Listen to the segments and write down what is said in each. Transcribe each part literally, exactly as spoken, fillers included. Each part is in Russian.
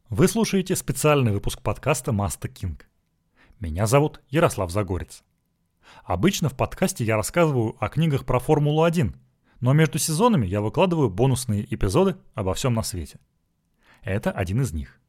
Вы слушаете специальный выпуск подкаста «Маста Кинг». Меня зовут Ярослав Загорец. Обычно в подкасте я рассказываю о книгах про Формулу один, но между сезонами я выкладываю бонусные эпизоды обо всем на свете. Это один из них.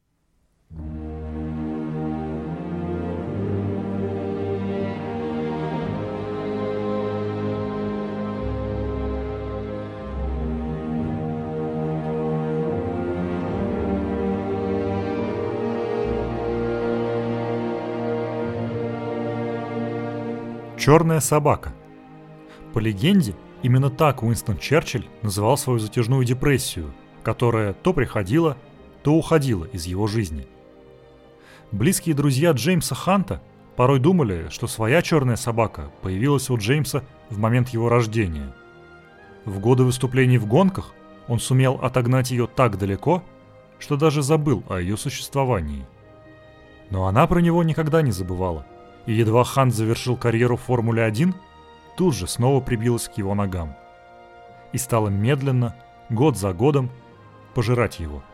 Черная собака. По легенде, именно так Уинстон Черчилль называл свою затяжную депрессию, которая то приходила, то уходила из его жизни. Близкие друзья Джеймса Ханта порой думали, что своя черная собака появилась у Джеймса в момент его рождения. В годы выступлений в гонках он сумел отогнать ее так далеко, что даже забыл о ее существовании. Но она про него никогда не забывала. И едва Хант завершил карьеру в Формуле один, тут же снова прибилась к его ногам. И стала медленно, год за годом, пожирать его.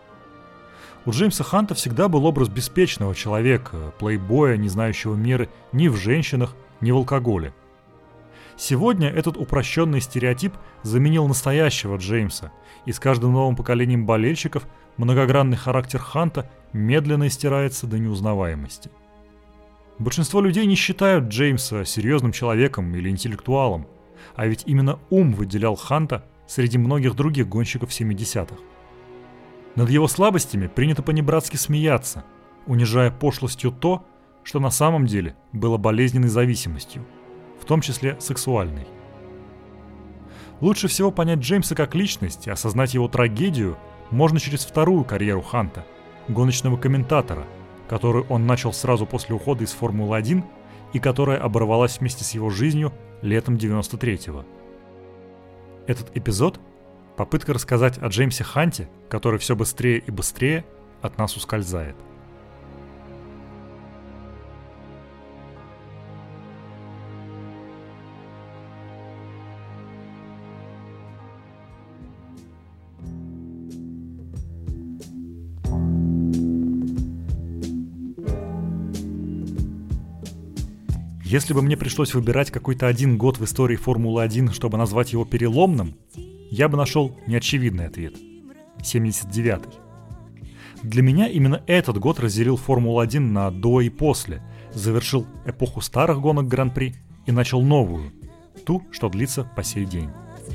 У Джеймса Ханта всегда был образ беспечного человека, плейбоя, не знающего меры ни в женщинах, ни в алкоголе. Сегодня этот упрощенный стереотип заменил настоящего Джеймса, и с каждым новым поколением болельщиков многогранный характер Ханта медленно стирается до неузнаваемости. Большинство людей не считают Джеймса серьезным человеком или интеллектуалом, а ведь именно ум выделял Ханта среди многих других гонщиков семидесятых. Над его слабостями принято понебратски смеяться, унижая пошлостью то, что на самом деле было болезненной зависимостью, в том числе сексуальной. Лучше всего понять Джеймса как личность и осознать его трагедию можно через вторую карьеру Ханта, гоночного комментатора, которую он начал сразу после ухода из Формулы один и которая оборвалась вместе с его жизнью летом девяносто третьего. Этот эпизод – попытка рассказать о Джеймсе Ханте, который все быстрее и быстрее от нас ускользает. Если бы мне пришлось выбирать какой-то один год в истории Формулы один, чтобы назвать его переломным, я бы нашел неочевидный ответ – семьдесят девятый. Для меня именно этот год разделил Формулу один на до и после, завершил эпоху старых гонок Гран-при и начал новую, ту, что длится по сей день.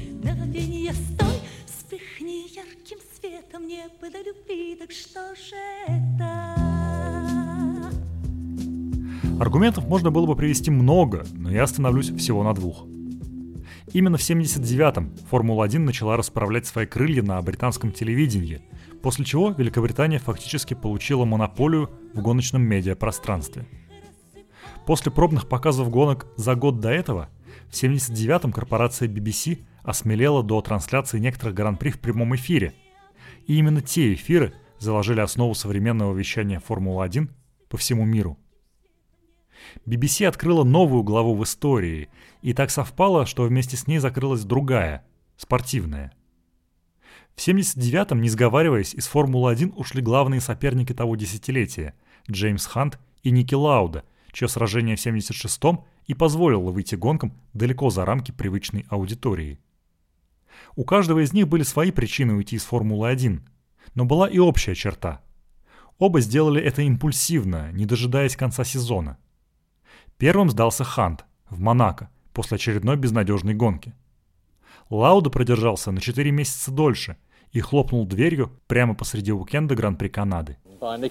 Аргументов можно было бы привести много, но я остановлюсь всего на двух. Именно в семьдесят девятом Формула один начала расправлять свои крылья на британском телевидении, после чего Великобритания фактически получила монополию в гоночном медиапространстве. После пробных показов гонок за год до этого, в семьдесят девятом корпорация би би си осмелела до трансляции некоторых гран-при в прямом эфире. И именно те эфиры заложили основу современного вещания Формулы один по всему миру. би би си открыла новую главу в истории, и так совпало, что вместе с ней закрылась другая, спортивная. В семьдесят девятом, не сговариваясь, из Формулы один ушли главные соперники того десятилетия – Джеймс Хант и Ники Лауда, чье сражение в семьдесят шестом и позволило выйти гонкам далеко за рамки привычной аудитории. У каждого из них были свои причины уйти из Формулы один, но была и общая черта. Оба сделали это импульсивно, не дожидаясь конца сезона. Первым сдался Хант в Монако после очередной безнадежной гонки. Лауда продержался на четыре месяца дольше и хлопнул дверью прямо посреди уикенда Гран-при Канады.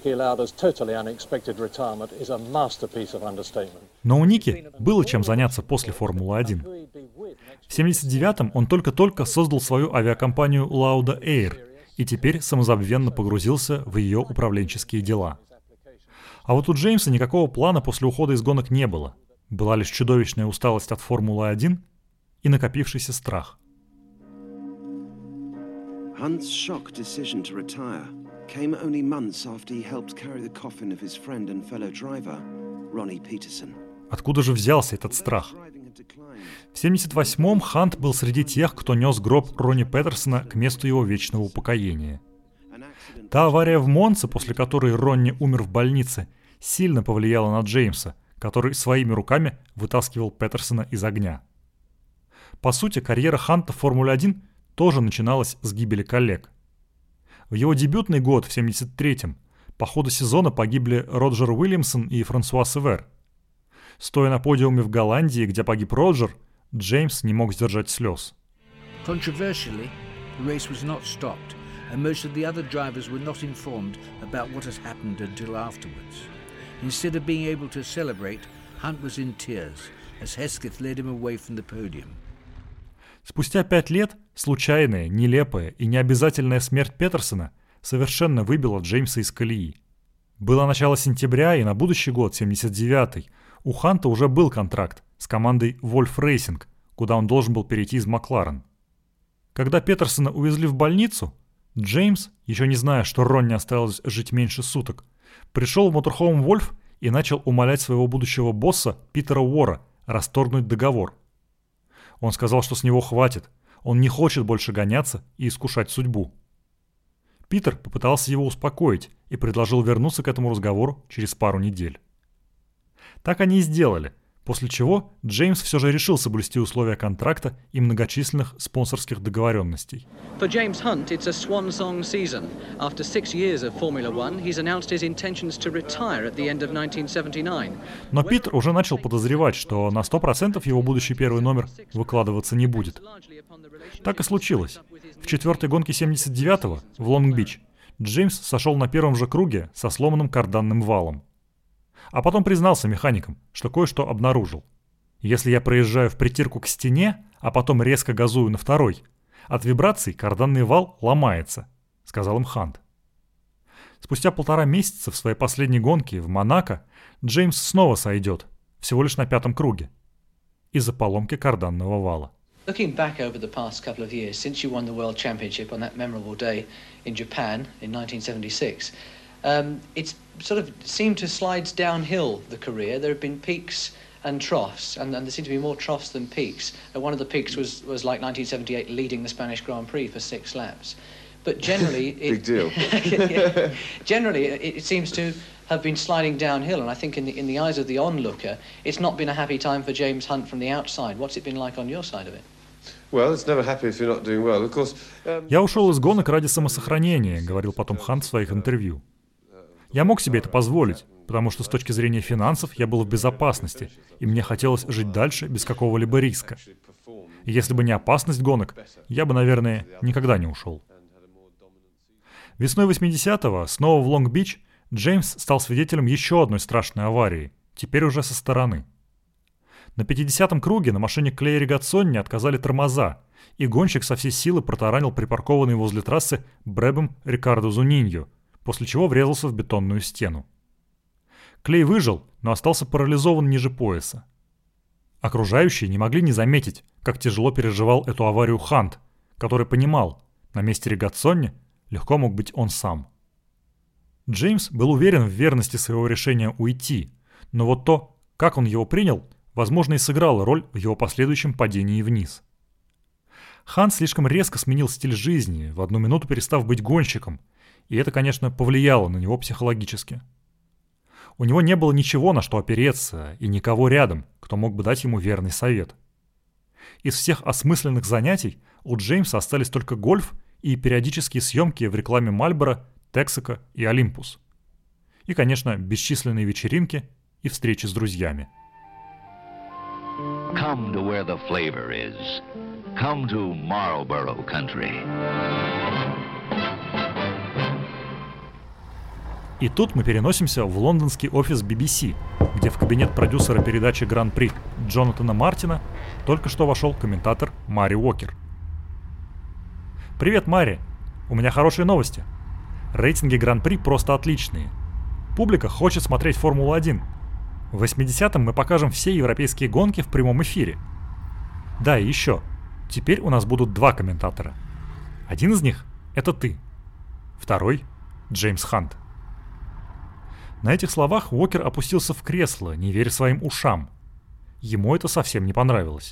Но у Ники было чем заняться после Формулы один. В семьдесят девятом он только-только создал свою авиакомпанию Lauda Air и теперь самозабвенно погрузился в ее управленческие дела. А вот у Джеймса никакого плана после ухода из гонок не было. Была лишь чудовищная усталость от Формулы один и накопившийся страх. Hunt's shock decision to retire came only months after he helped carry the coffin of his friend and fellow driver, Ronnie Peterson. Откуда же взялся этот страх? В семьдесят восьмом Хант был среди тех, кто нес гроб Ронни Петерсона к месту его вечного упокоения. Та авария в Монце, после которой Ронни умер в больнице, сильно повлияла на Джеймса, который своими руками вытаскивал Петерсона из огня. По сути, карьера Ханта в Формуле один тоже начиналась с гибели коллег. В его дебютный год, в семьдесят третьем, по ходу сезона погибли Роджер Уильямсон и Франсуа Север. Стоя на подиуме в Голландии, где погиб Роджер, Джеймс не мог сдержать слез. Controversially, the race was not stopped, and most of the other drivers were not informed about what had happened until afterwards. Instead of being able to celebrate, Hunt was in tears as Hesketh led him away from the podium. Спустя пять лет случайная, нелепая и необязательная смерть Петерсона совершенно выбила Джеймса из колеи. Было начало сентября, и на будущий год, семьдесят девятый, у Ханта уже был контракт с командой Wolf Racing, куда он должен был перейти из Макларен. Когда Петерсона увезли в больницу, Джеймс, еще не зная, что Ронни осталось жить меньше суток, пришел в моторхоум Wolf и начал умолять своего будущего босса Питера Уорра расторгнуть договор. Он сказал, что с него хватит, он не хочет больше гоняться и искушать судьбу. Питер попытался его успокоить и предложил вернуться к этому разговору через пару недель. Так они и сделали, после чего Джеймс все же решил соблюсти условия контракта и многочисленных спонсорских договоренностей. For James Hunt, it's a swan-song season. After six years of Formula One, he's announced his intentions to retire at the end of nineteen seventy-nine. Но Питер уже начал подозревать, что на сто процентов его будущий первый номер выкладываться не будет. Так и случилось. В четвертой гонке семьдесят девятого в Лонг-Бич Джеймс сошел на первом же круге со сломанным карданным валом. А потом признался механикам, что кое-что обнаружил. Если я проезжаю в притирку к стене, а потом резко газую на второй, от вибраций карданный вал ломается, сказал им Хант. Спустя полтора месяца в своей последней гонке в Монако Джеймс снова сойдет, всего лишь на пятом круге, из-за поломки карданного вала. Looking back over the past couple of years, since you won the World Championship on that memorable day in Japan in nineteen seventy-six, um, it's sort of seemed to slide downhill, the career. There have been peaks and troughs, and, and there seem to be more troughs than peaks. Uh, one of the peaks was, was like nineteen seventy-eight, leading the Spanish Grand Prix for six laps. But generally... it, Big deal. yeah, generally, it, it seems to have been sliding downhill, and I think in the, in the eyes of the onlooker, it's not been a happy time for James Hunt from the outside. What's it been like on your side of it? Well, it's never happy if you're not doing well. Of course, um... Я ушел из гонок ради самосохранения, говорил потом Хант в своих интервью. Я мог себе это позволить, потому что с точки зрения финансов я был в безопасности, и мне хотелось жить дальше без какого-либо риска. И если бы не опасность гонок, я бы, наверное, никогда не ушел. Весной восьмидесятого, снова в Лонг-Бич, Джеймс стал свидетелем еще одной страшной аварии, теперь уже со стороны. На пятидесятом круге на машине Клея Ригаццони отказали тормоза, и гонщик со всей силы протаранил припаркованный возле трассы Брэбом Рикардо Зуниньо, после чего врезался в бетонную стену. Клей выжил, но остался парализован ниже пояса. Окружающие не могли не заметить, как тяжело переживал эту аварию Хант, который понимал, на месте Ригаццони легко мог быть он сам. Джеймс был уверен в верности своего решения уйти, но вот то, как он его принял, возможно, и сыграло роль в его последующем падении вниз. Хант слишком резко сменил стиль жизни, в одну минуту перестав быть гонщиком, и это, конечно, повлияло на него психологически. У него не было ничего, на что опереться, и никого рядом, кто мог бы дать ему верный совет. Из всех осмысленных занятий у Джеймса остались только гольф и периодические съемки в рекламе Мальборо, Тексака и Олимпус. И, конечно, бесчисленные вечеринки и встречи с друзьями. Come to where the flavor is. Come to Marlboro country. И тут мы переносимся в лондонский офис би би си, где в кабинет продюсера передачи Гран-при Джонатана Мартина только что вошел комментатор Мари Уокер. «Привет, Мари! У меня хорошие новости. Рейтинги Гран-при просто отличные. Публика хочет смотреть Формулу один. В восьмидесятом мы покажем все европейские гонки в прямом эфире. Да, и еще. Теперь у нас будут два комментатора. Один из них — это ты. Второй — Джеймс Хант». На этих словах Уокер опустился в кресло, не веря своим ушам. Ему это совсем не понравилось.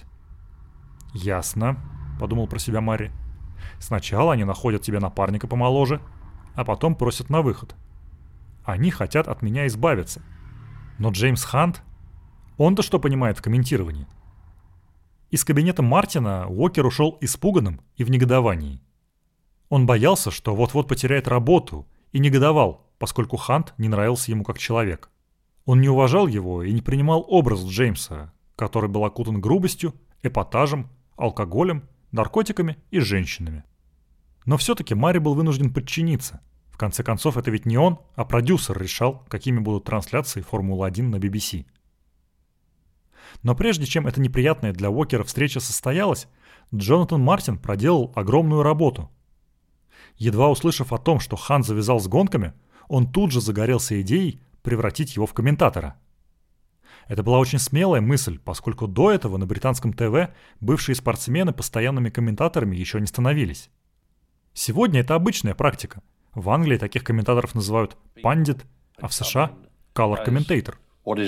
«Ясно», — подумал про себя Мари. «Сначала они находят тебе напарника помоложе, а потом просят на выход. Они хотят от меня избавиться. Но Джеймс Хант, он-то что понимает в комментировании? Из кабинета Мартина Уокер ушел испуганным и в негодовании. Он боялся, что вот-вот потеряет работу, и негодовал, поскольку Хант не нравился ему как человек. Он не уважал его и не принимал образ Джеймса, который был окутан грубостью, эпатажем, алкоголем, наркотиками и женщинами. Но все-таки Мари был вынужден подчиниться. В конце концов, это ведь не он, а продюсер решал, какими будут трансляции Формулы один на би би си. Но прежде чем эта неприятная для Уокера встреча состоялась, Джонатан Мартин проделал огромную работу. Едва услышав о том, что Хант завязал с гонками, он тут же загорелся идеей превратить его в комментатора. Это была очень смелая мысль, поскольку до этого на британском ТВ бывшие спортсмены постоянными комментаторами еще не становились. Сегодня это обычная практика. В Англии таких комментаторов называют пандит, а в США – color commentator.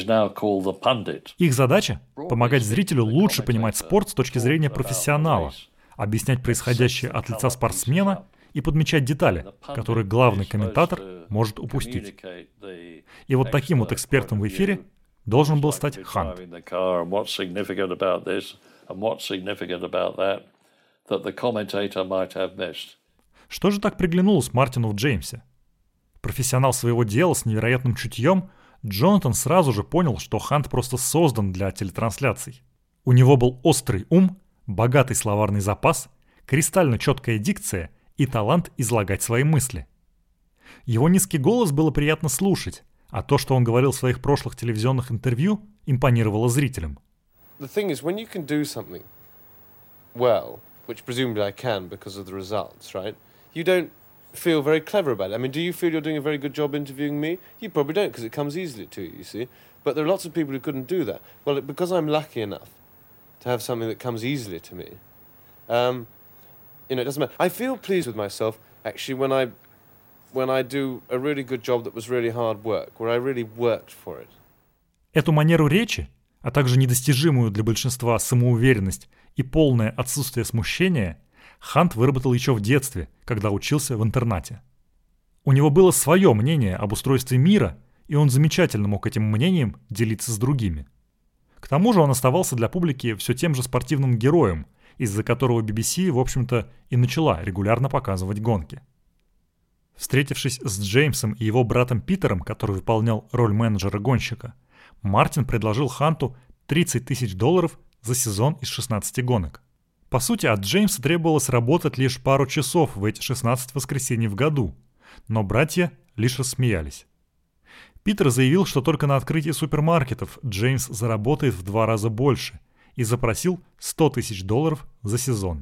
Их задача – помогать зрителю лучше понимать спорт с точки зрения профессионала, объяснять происходящее от лица спортсмена и подмечать детали, которые главный комментатор может упустить. И вот таким вот экспертом в эфире должен был стать Хант. Что же так приглянулось Мартину в Джеймсе? Профессионал своего дела с невероятным чутьем, Джонатан сразу же понял, что Хант просто создан для телетрансляций. У него был острый ум, богатый словарный запас, кристально четкая дикция и талант излагать свои мысли. Его низкий голос было приятно слушать, а то, что он говорил в своих прошлых телевизионных интервью, импонировало зрителям. The thing is, when you can do something well, which presumably I can because of the results, right? You don't feel very clever about it. I mean, do you feel you're doing a very good job interviewing me? You probably don't, because it comes easily to you, you see. But there are lots of people who couldn't do that. Well, because I'm lucky enough to have something that comes easily to me, um, you know, it doesn't matter. I feel pleased with myself, actually, when I, when I do a really good job that was really hard work, where I really worked for it. Эту манеру речи, а также недостижимую для большинства самоуверенность и полное отсутствие смущения, Хант выработал еще в детстве, когда учился в интернате. У него было свое мнение об устройстве мира, и он замечательно мог этим мнением делиться с другими. К тому же он оставался для публики все тем же спортивным героем, из-за которого би би си, в общем-то, и начала регулярно показывать гонки. Встретившись с Джеймсом и его братом Питером, который выполнял роль менеджера-гонщика, Мартин предложил Ханту тридцать тысяч долларов за сезон из шестнадцати гонок. По сути, от Джеймса требовалось работать лишь пару часов в эти шестнадцать воскресений в году, но братья лишь рассмеялись. Питер заявил, что только на открытии супермаркетов Джеймс заработает в два раза больше и запросил сто тысяч долларов за сезон.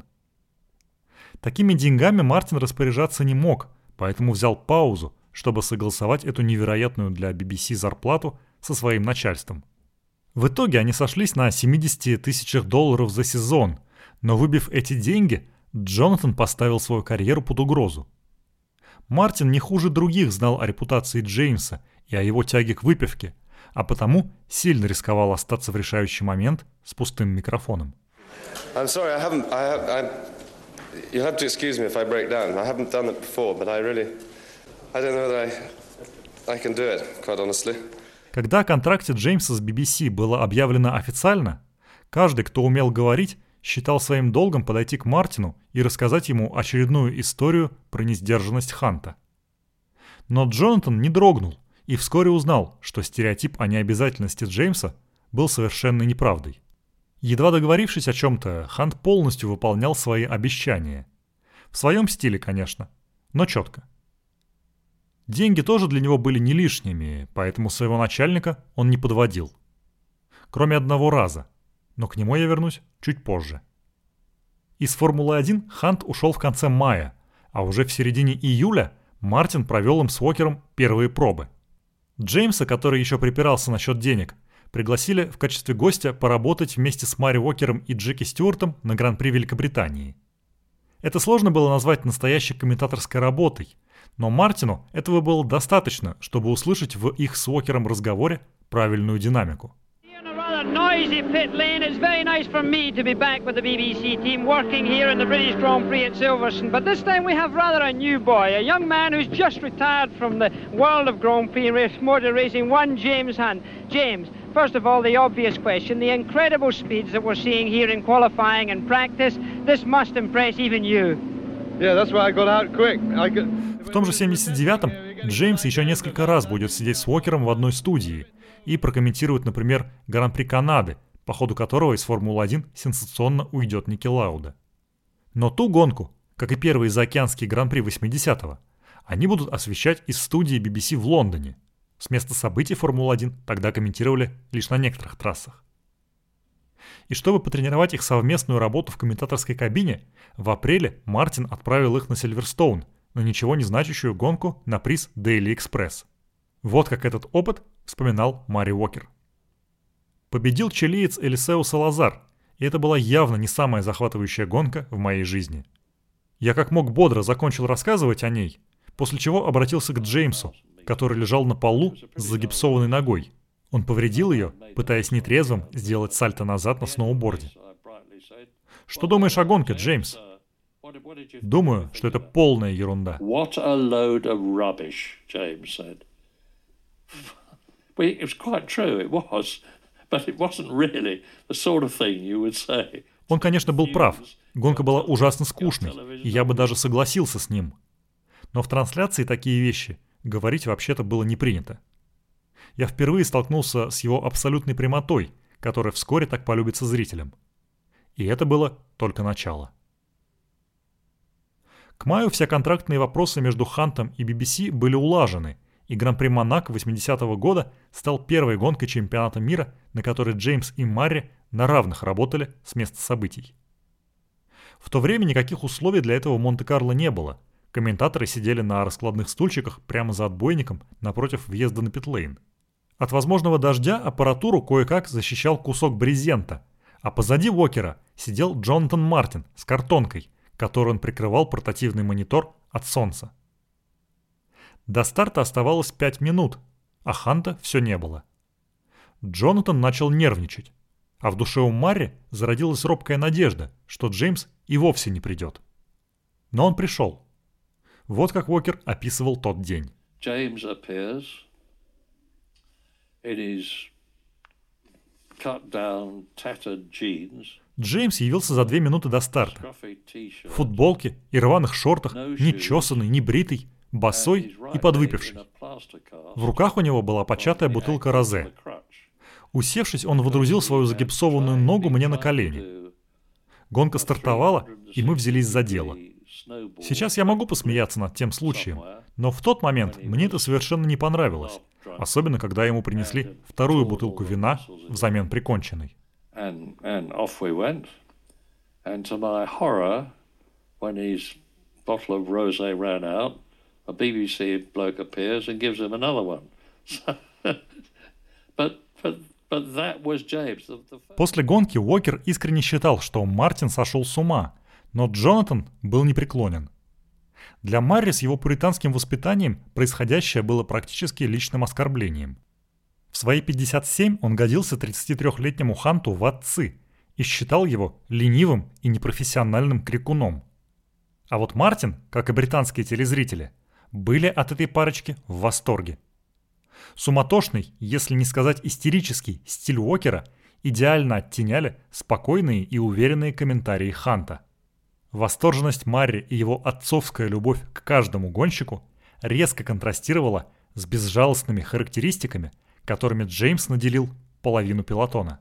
Такими деньгами Мартин распоряжаться не мог, поэтому взял паузу, чтобы согласовать эту невероятную для би би си зарплату со своим начальством. В итоге они сошлись на семидесяти тысячах долларов за сезон, но выбив эти деньги, Джонатан поставил свою карьеру под угрозу. Мартин не хуже других знал о репутации Джеймса и о его тяге к выпивке, а потому сильно рисковал остаться в решающий момент с пустым микрофоном. I'm sorry, I haven't. I have. I'm, you'll have to excuse me if I break down. I haven't done it before, but I really, I don't know whether I, I can do it, quite honestly. Когда о контракте Джеймса с би би си было объявлено официально, каждый, кто умел говорить, считал своим долгом подойти к Мартину и рассказать ему очередную историю про несдержанность Ханта. Но Джонатан не дрогнул и вскоре узнал, что стереотип о необязательности Джеймса был совершенной неправдой. Едва договорившись о чем-то, Хант полностью выполнял свои обещания. В своем стиле, конечно, но четко. Деньги тоже для него были не лишними, поэтому своего начальника он не подводил. Кроме одного раза, но к нему я вернусь чуть позже. Из Формулы один Хант ушел в конце мая, а уже в середине июля Мартин провел им с Уокером первые пробы. Джеймса, который еще припирался насчет денег, пригласили в качестве гостя поработать вместе с Мари Уокером и Джеки Стюартом на Гран-при Великобритании. Это сложно было назвать настоящей комментаторской работой, но Мартину этого было достаточно, чтобы услышать в их с Уокером разговоре правильную динамику. noisy pit lane. It's very nice for me to be back with the B B C team, working here in the British Grand Prix at Silverstone. But this time we have rather a new boy, a young man who's just retired from the world of Grand Prix race, motor racing, one James Hunt. James, first of all, the obvious question, the incredible speeds that we're seeing here in qualifying and practice, this must impress even you. Yeah, that's why I got out quick. I got... В том же семьдесят девятом Джеймс еще несколько раз будет сидеть с Уокером в одной студии и прокомментировать, например, Гран-при Канады, по ходу которого из Формулы-один сенсационно уйдет Ники Лауда. Но ту гонку, как и первые заокеанские Гран-при восьмидесятого, они будут освещать из студии би би си в Лондоне. С места событий Формулы-один тогда комментировали лишь на некоторых трассах. И чтобы потренировать их совместную работу в комментаторской кабине, в апреле Мартин отправил их на Сильверстоун, на ничего не значащую гонку на приз Daily Express. Вот как этот опыт вспоминал Мари Уокер. Победил чилиец Элисеу Салазар, и это была явно не самая захватывающая гонка в моей жизни. Я как мог бодро закончил рассказывать о ней, после чего обратился к Джеймсу, который лежал на полу с загипсованной ногой. Он повредил ее, пытаясь нетрезвым сделать сальто назад на сноуборде. Что думаешь о гонке, Джеймс? Думаю, что это полная ерунда. What a load of rubbish, James said. Well, it was quite true, it was, but it wasn't really the sort of thing you would say. Он, конечно, был прав. Гонка была ужасно скучной, и я бы даже согласился с ним. Но в трансляции такие вещи говорить вообще-то было не принято. Я впервые столкнулся с его абсолютной прямотой, которая вскоре так полюбится зрителям. И это было только начало. К маю все контрактные вопросы между Хантом и би би си были улажены, и Гран-при Монако восьмидесятого года стал первой гонкой чемпионата мира, на которой Джеймс и Марри на равных работали с места событий. В то время никаких условий для этого в Монте-Карло не было. Комментаторы сидели на раскладных стульчиках прямо за отбойником напротив въезда на питлейн. От возможного дождя аппаратуру кое-как защищал кусок брезента, а позади Уокера сидел Джонатан Мартин с картонкой, которой он прикрывал портативный монитор от солнца. До старта оставалось пять минут, а Ханта все не было. Джонатан начал нервничать, а в душе у Марри зародилась робкая надежда, что Джеймс и вовсе не придет. Но он пришел. Вот как Уокер описывал тот день. James appears in his cut down, tattered jeans. Джеймс явился за две минуты до старта. В футболке и рваных шортах, нечесанный, небритый, босой и подвыпивший. В руках у него была початая бутылка розе. Усевшись, он водрузил свою загипсованную ногу мне на колени. Гонка стартовала, и мы взялись за дело. Сейчас я могу посмеяться над тем случаем, но в тот момент мне это совершенно не понравилось, особенно когда ему принесли вторую бутылку вина взамен приконченной. And, and off we went. And to my horror, when his bottle of rosé ran out, a би би си bloke appears and gives him another one. So, but, but, but that was James. The, the... После гонки Уокер искренне считал, что Мартин сошел с ума, но Джонатан был непреклонен. Для Марри с его пуританским воспитанием происходящее было практически личным оскорблением. В свои пятьдесят семь он годился тридцатитрёхлетнему Ханту в отцы и считал его ленивым и непрофессиональным крикуном. А вот Мартин, как и британские телезрители, были от этой парочки в восторге. Суматошный, если не сказать истерический, стиль Уокера идеально оттеняли спокойные и уверенные комментарии Ханта. Восторженность Марри и его отцовская любовь к каждому гонщику резко контрастировала с безжалостными характеристиками, которыми Джеймс наделил половину пелотона.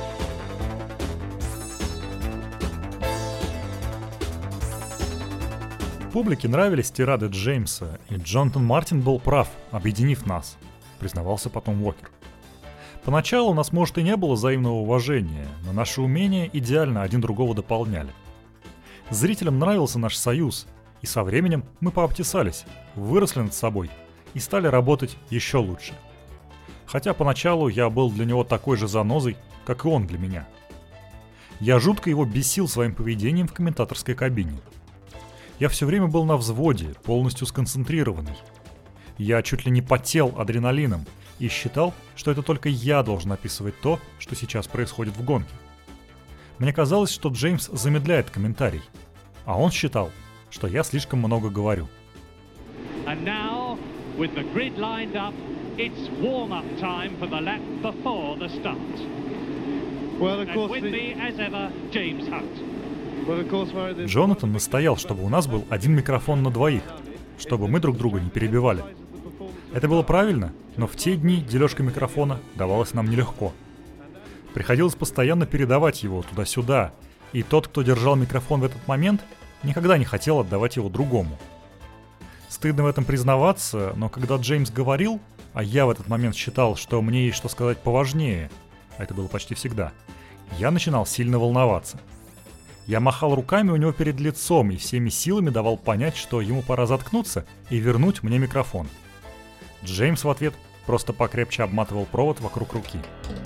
Публике нравились тирады Джеймса, и Джонатан Мартин был прав, объединив нас, признавался потом Уокер. Поначалу у нас, может, и не было взаимного уважения, но наши умения идеально один другого дополняли. Зрителям нравился наш союз, и со временем мы пообтесались, выросли над собой и стали работать еще лучше. Хотя поначалу я был для него такой же занозой, как и он для меня. Я жутко его бесил своим поведением в комментаторской кабине. Я все время был на взводе, полностью сконцентрированный. Я чуть ли не потел адреналином и считал, что это только я должен описывать то, что сейчас происходит в гонке. Мне казалось, что Джеймс замедляет комментарий, а он считал, что я слишком много говорю. And now, with the grid lined up, it's warm-up time for the lap before the start. Well, of course, and with the... me, as ever, James Hunt. Well, of course, the... Джонатан настоял, чтобы у нас был один микрофон на двоих, чтобы мы друг друга не перебивали. Это было правильно, но в те дни дележка микрофона давалась нам нелегко. Приходилось постоянно передавать его туда-сюда, и тот, кто держал микрофон в этот момент, никогда не хотел отдавать его другому. Стыдно в этом признаваться, но когда Джеймс говорил, а я в этот момент считал, что мне есть что сказать поважнее, а это было почти всегда, я начинал сильно волноваться. Я махал руками у него перед лицом и всеми силами давал понять, что ему пора заткнуться и вернуть мне микрофон. Джеймс в ответ просто покрепче обматывал провод вокруг руки.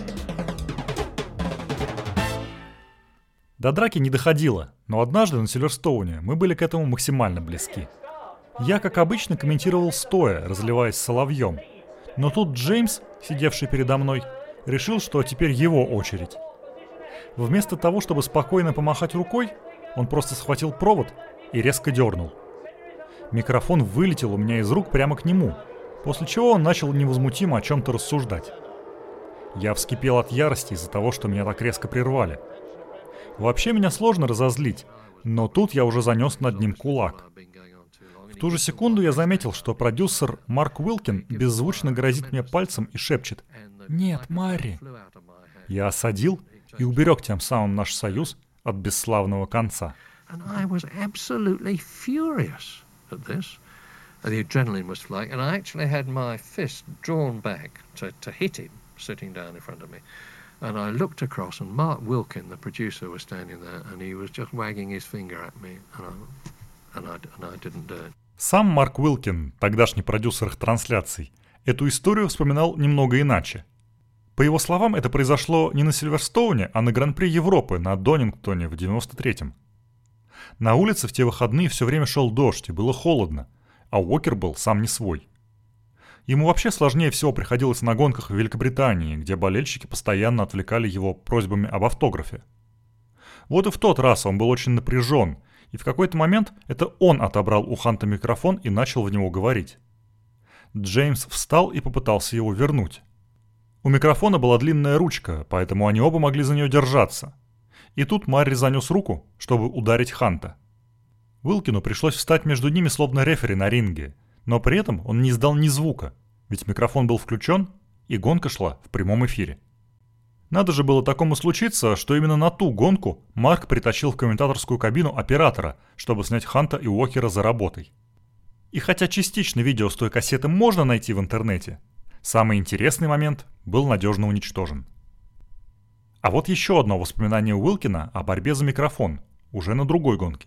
До драки не доходило, но однажды на Сильверстоуне мы были к этому максимально близки. Я, как обычно, комментировал стоя, разливаясь соловьем. Но тут Джеймс, сидевший передо мной, решил, что теперь его очередь. Вместо того, чтобы спокойно помахать рукой, он просто схватил провод и резко дернул. Микрофон вылетел у меня из рук прямо к нему, после чего он начал невозмутимо о чем-то рассуждать. Я вскипел от ярости из-за того, что меня так резко прервали. Вообще меня сложно разозлить, но тут я уже занес над ним кулак. В ту же секунду я заметил, что продюсер Марк Уилкин беззвучно грозит мне пальцем и шепчет: «Нет, Марри». Я осадил и уберег тем самым наш союз от бесславного конца. And I looked across, and Mark Wilkin, the producer, was standing there, and he was just wagging his finger at me, and I, and I, and I didn't do it. Сам Марк Уилкин, тогдашний продюсер их трансляций, эту историю вспоминал немного иначе. По его словам, это произошло не на Сильверстоуне, а на Гран-при Европы на Донингтоне в девяносто третьем. На улице в те выходные все время шел дождь, и было холодно, а Уокер был сам не свой. Ему вообще сложнее всего приходилось на гонках в Великобритании, где болельщики постоянно отвлекали его просьбами об автографе. Вот и в тот раз он был очень напряжен, и в какой-то момент это он отобрал у Ханта микрофон и начал в него говорить. Джеймс встал и попытался его вернуть. У микрофона была длинная ручка, поэтому они оба могли за нее держаться. И тут Марри занес руку, чтобы ударить Ханта. Уилкину пришлось встать между ними словно рефери на ринге, но при этом он не издал ни звука, ведь микрофон был включен, и гонка шла в прямом эфире. Надо же было такому случиться, что именно на ту гонку Марк притащил в комментаторскую кабину оператора, чтобы снять Ханта и Уокера за работой. И хотя частично видео с той кассеты можно найти в интернете, самый интересный момент был надежно уничтожен. А вот еще одно воспоминание Уилкина о борьбе за микрофон, уже на другой гонке.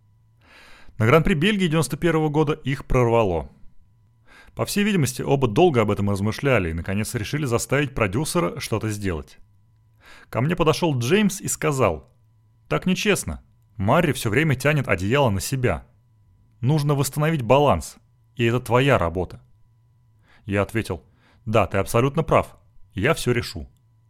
На Гран-при Бельгии девяносто первого года их прорвало. По всей видимости, оба долго об этом размышляли и, наконец, решили заставить продюсера что-то сделать. Ко мне подошел Джеймс и сказал: «Так нечестно. Марри все время тянет одеяло на себя. Нужно восстановить баланс, и это твоя работа». Я ответил: «Да, ты абсолютно прав. Я все решу».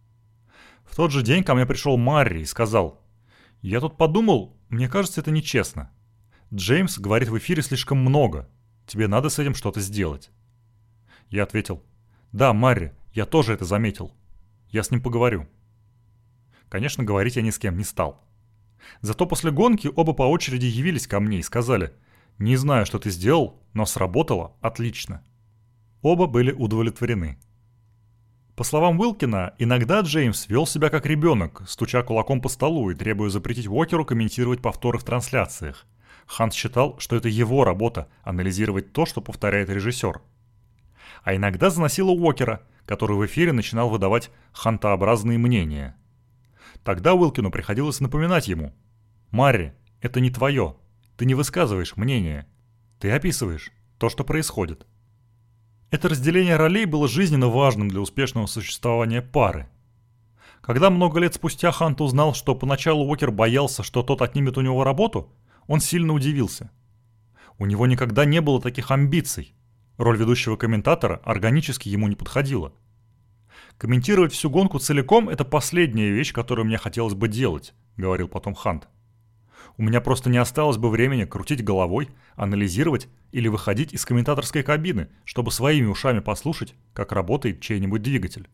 В тот же день ко мне пришел Марри и сказал: «Я тут подумал, мне кажется, это нечестно. Джеймс говорит в эфире слишком много. Тебе надо с этим что-то сделать». Я ответил: «Да, Марри, я тоже это заметил. Я с ним поговорю». Конечно, говорить я ни с кем не стал. Зато после гонки оба по очереди явились ко мне и сказали: «Не знаю, что ты сделал, но сработало отлично». Оба были удовлетворены. По словам Уилкина, иногда Джеймс вел себя как ребенок, стуча кулаком по столу и требуя запретить Уокеру комментировать повторы в трансляциях. Хант считал, что это его работа – анализировать то, что повторяет режиссер. А иногда заносило Уокера, который в эфире начинал выдавать хантообразные мнения. Тогда Уилкину приходилось напоминать ему: «Марри, это не твое. Ты не высказываешь мнение. Ты описываешь то, что происходит». Это разделение ролей было жизненно важным для успешного существования пары. Когда много лет спустя Хант узнал, что поначалу Уокер боялся, что тот отнимет у него работу, он сильно удивился. У него никогда не было таких амбиций, Роль ведущего комментатора органически ему не подходила. «Комментировать всю гонку целиком – это последняя вещь, которую мне хотелось бы делать», – говорил потом Хант. «У меня просто не осталось бы времени крутить головой, анализировать или выходить из комментаторской кабины, чтобы своими ушами послушать, как работает чей-нибудь двигатель».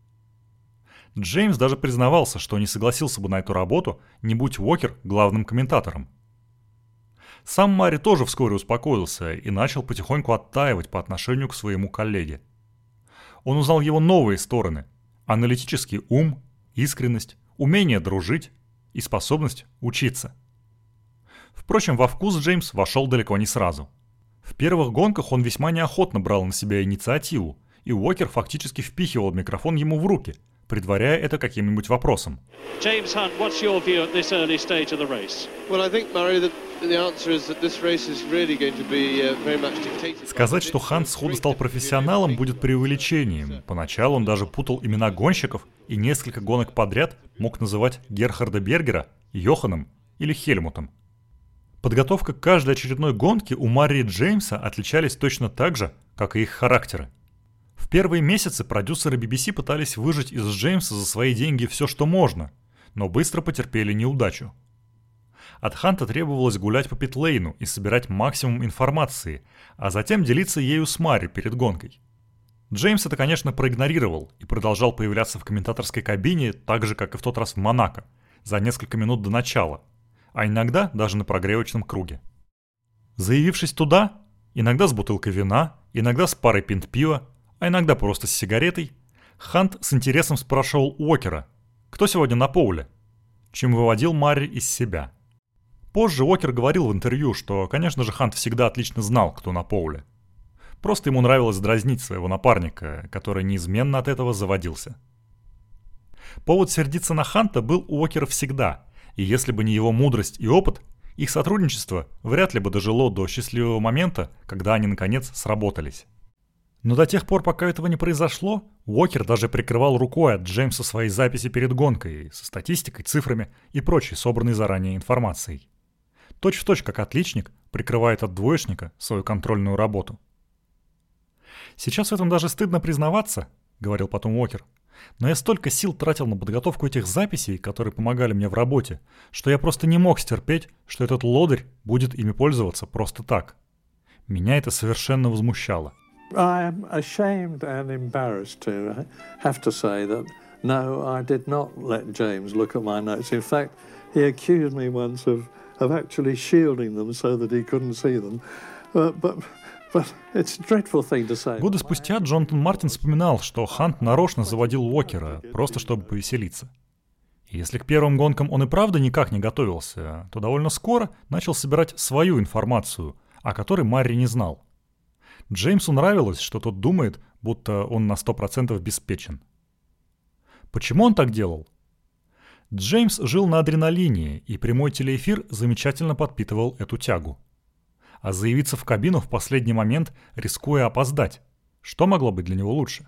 Джеймс даже признавался, что не согласился бы на эту работу, не будь Уокер главным комментатором. Сам Марри тоже вскоре успокоился и начал потихоньку оттаивать по отношению к своему коллеге. Он узнал его новые стороны – аналитический ум, искренность, умение дружить и способность учиться. Впрочем, во вкус Джеймс вошел далеко не сразу. В первых гонках он весьма неохотно брал на себя инициативу, и Уокер фактически впихивал микрофон ему в руки, предваряя это каким-нибудь вопросом. James Hunt, what's your view at this early stage of the race? Well, I think, Murray, that the answer is that this race is really going to be uh, very much dictated. Сказать, что Хант сходу стал профессионалом, будет преувеличением. Поначалу он даже путал имена гонщиков и несколько гонок подряд мог называть Герхарда Бергера Йоханом или Хельмутом. Подготовка к каждой очередной гонке у Марри и Джеймса отличались точно так же, как и их характеры. В первые месяцы продюсеры би би си пытались выжать из Джеймса за свои деньги все, что можно, но быстро потерпели неудачу. От Ханта требовалось гулять по питлейну и собирать максимум информации, а затем делиться ею с Марри перед гонкой. Джеймс это, конечно, проигнорировал и продолжал появляться в комментаторской кабине так же, как и в тот раз в Монако, за несколько минут до начала, а иногда даже на прогревочном круге. Заявившись туда, иногда с бутылкой вина, иногда с парой пинт пива, а иногда просто с сигаретой, Хант с интересом спрашивал Уокера, кто сегодня на поуле, чем выводил Марри из себя. Позже Уокер говорил в интервью, что, конечно же, Хант всегда отлично знал, кто на поуле. Просто ему нравилось дразнить своего напарника, который неизменно от этого заводился. Повод сердиться на Ханта был у Уокера всегда, и если бы не его мудрость и опыт, их сотрудничество вряд ли бы дожило до счастливого момента, когда они, наконец, сработались. Но до тех пор, пока этого не произошло, Уокер даже прикрывал рукой от Джеймса свои записи перед гонкой со статистикой, цифрами и прочей собранной заранее информацией. Точь-в-точь, как отличник прикрывает от двоечника свою контрольную работу. «Сейчас в этом даже стыдно признаваться», — говорил потом Уокер, «но я столько сил тратил на подготовку этих записей, которые помогали мне в работе, что я просто не мог стерпеть, что этот лодырь будет ими пользоваться просто так. Меня это совершенно возмущало». I am ashamed and embarrassed to have to say that no, I did not let James look at my notes. In fact, he accused me once of, of actually shielding them so that he couldn't see them. Uh, but, but it's a dreadful thing to say. Годы спустя Джонатан Мартин вспоминал, что Хант нарочно заводил Уокера, просто чтобы повеселиться. И если к первым гонкам он и правда никак не готовился, то довольно скоро начал собирать свою информацию, о которой Марри не знал. Джеймсу нравилось, что тот думает, будто он на сто процентов обеспечен. Почему он так делал? Джеймс жил на адреналине, и прямой телеэфир замечательно подпитывал эту тягу. А заявиться в кабину в последний момент, рискуя опоздать, что могло быть для него лучше?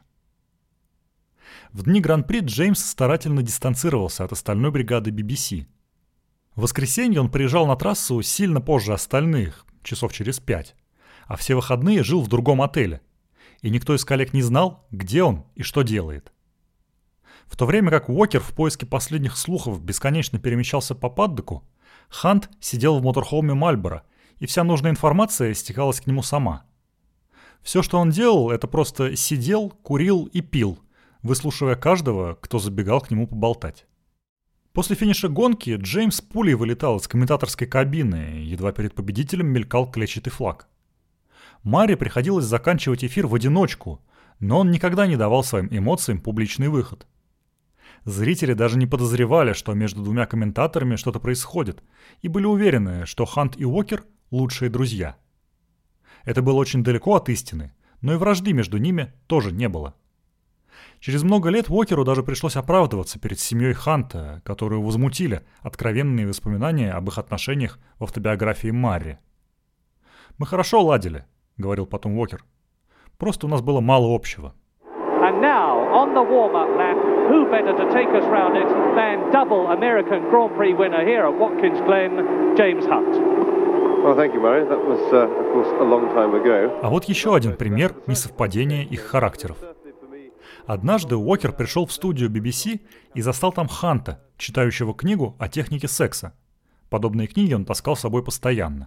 В дни Гран-при Джеймс старательно дистанцировался от остальной бригады би би си. В воскресенье он приезжал на трассу сильно позже остальных, часов через пять. А все выходные жил в другом отеле, и никто из коллег не знал, где он и что делает. В то время как Уокер в поиске последних слухов бесконечно перемещался по паддоку, Хант сидел в моторхоуме Мальборо, и вся нужная информация стекалась к нему сама. Все, что он делал, это просто сидел, курил и пил, выслушивая каждого, кто забегал к нему поболтать. После финиша гонки Джеймс пулей вылетал из комментаторской кабины, едва перед победителем мелькал клетчатый флаг. Марри приходилось заканчивать эфир в одиночку, но он никогда не давал своим эмоциям публичный выход. Зрители даже не подозревали, что между двумя комментаторами что-то происходит, и были уверены, что Хант и Уокер – лучшие друзья. Это было очень далеко от истины, но и вражды между ними тоже не было. Через много лет Уокеру даже пришлось оправдываться перед семьей Ханта, которую возмутили откровенные воспоминания об их отношениях в автобиографии Марри. «Мы хорошо ладили», — говорил потом Уокер. «Просто у нас было мало общего». And now, on the warm-up lap, who better to take us round it than double American Grand Prix winner here at Watkins Glen, James Hunt. Well, thank you, Murray. That was, uh, of course, a long time ago. А вот еще один пример несовпадения их характеров. Однажды Уокер пришел в студию би би си и застал там Ханта, читающего книгу о технике секса. Подобные книги он таскал с собой постоянно.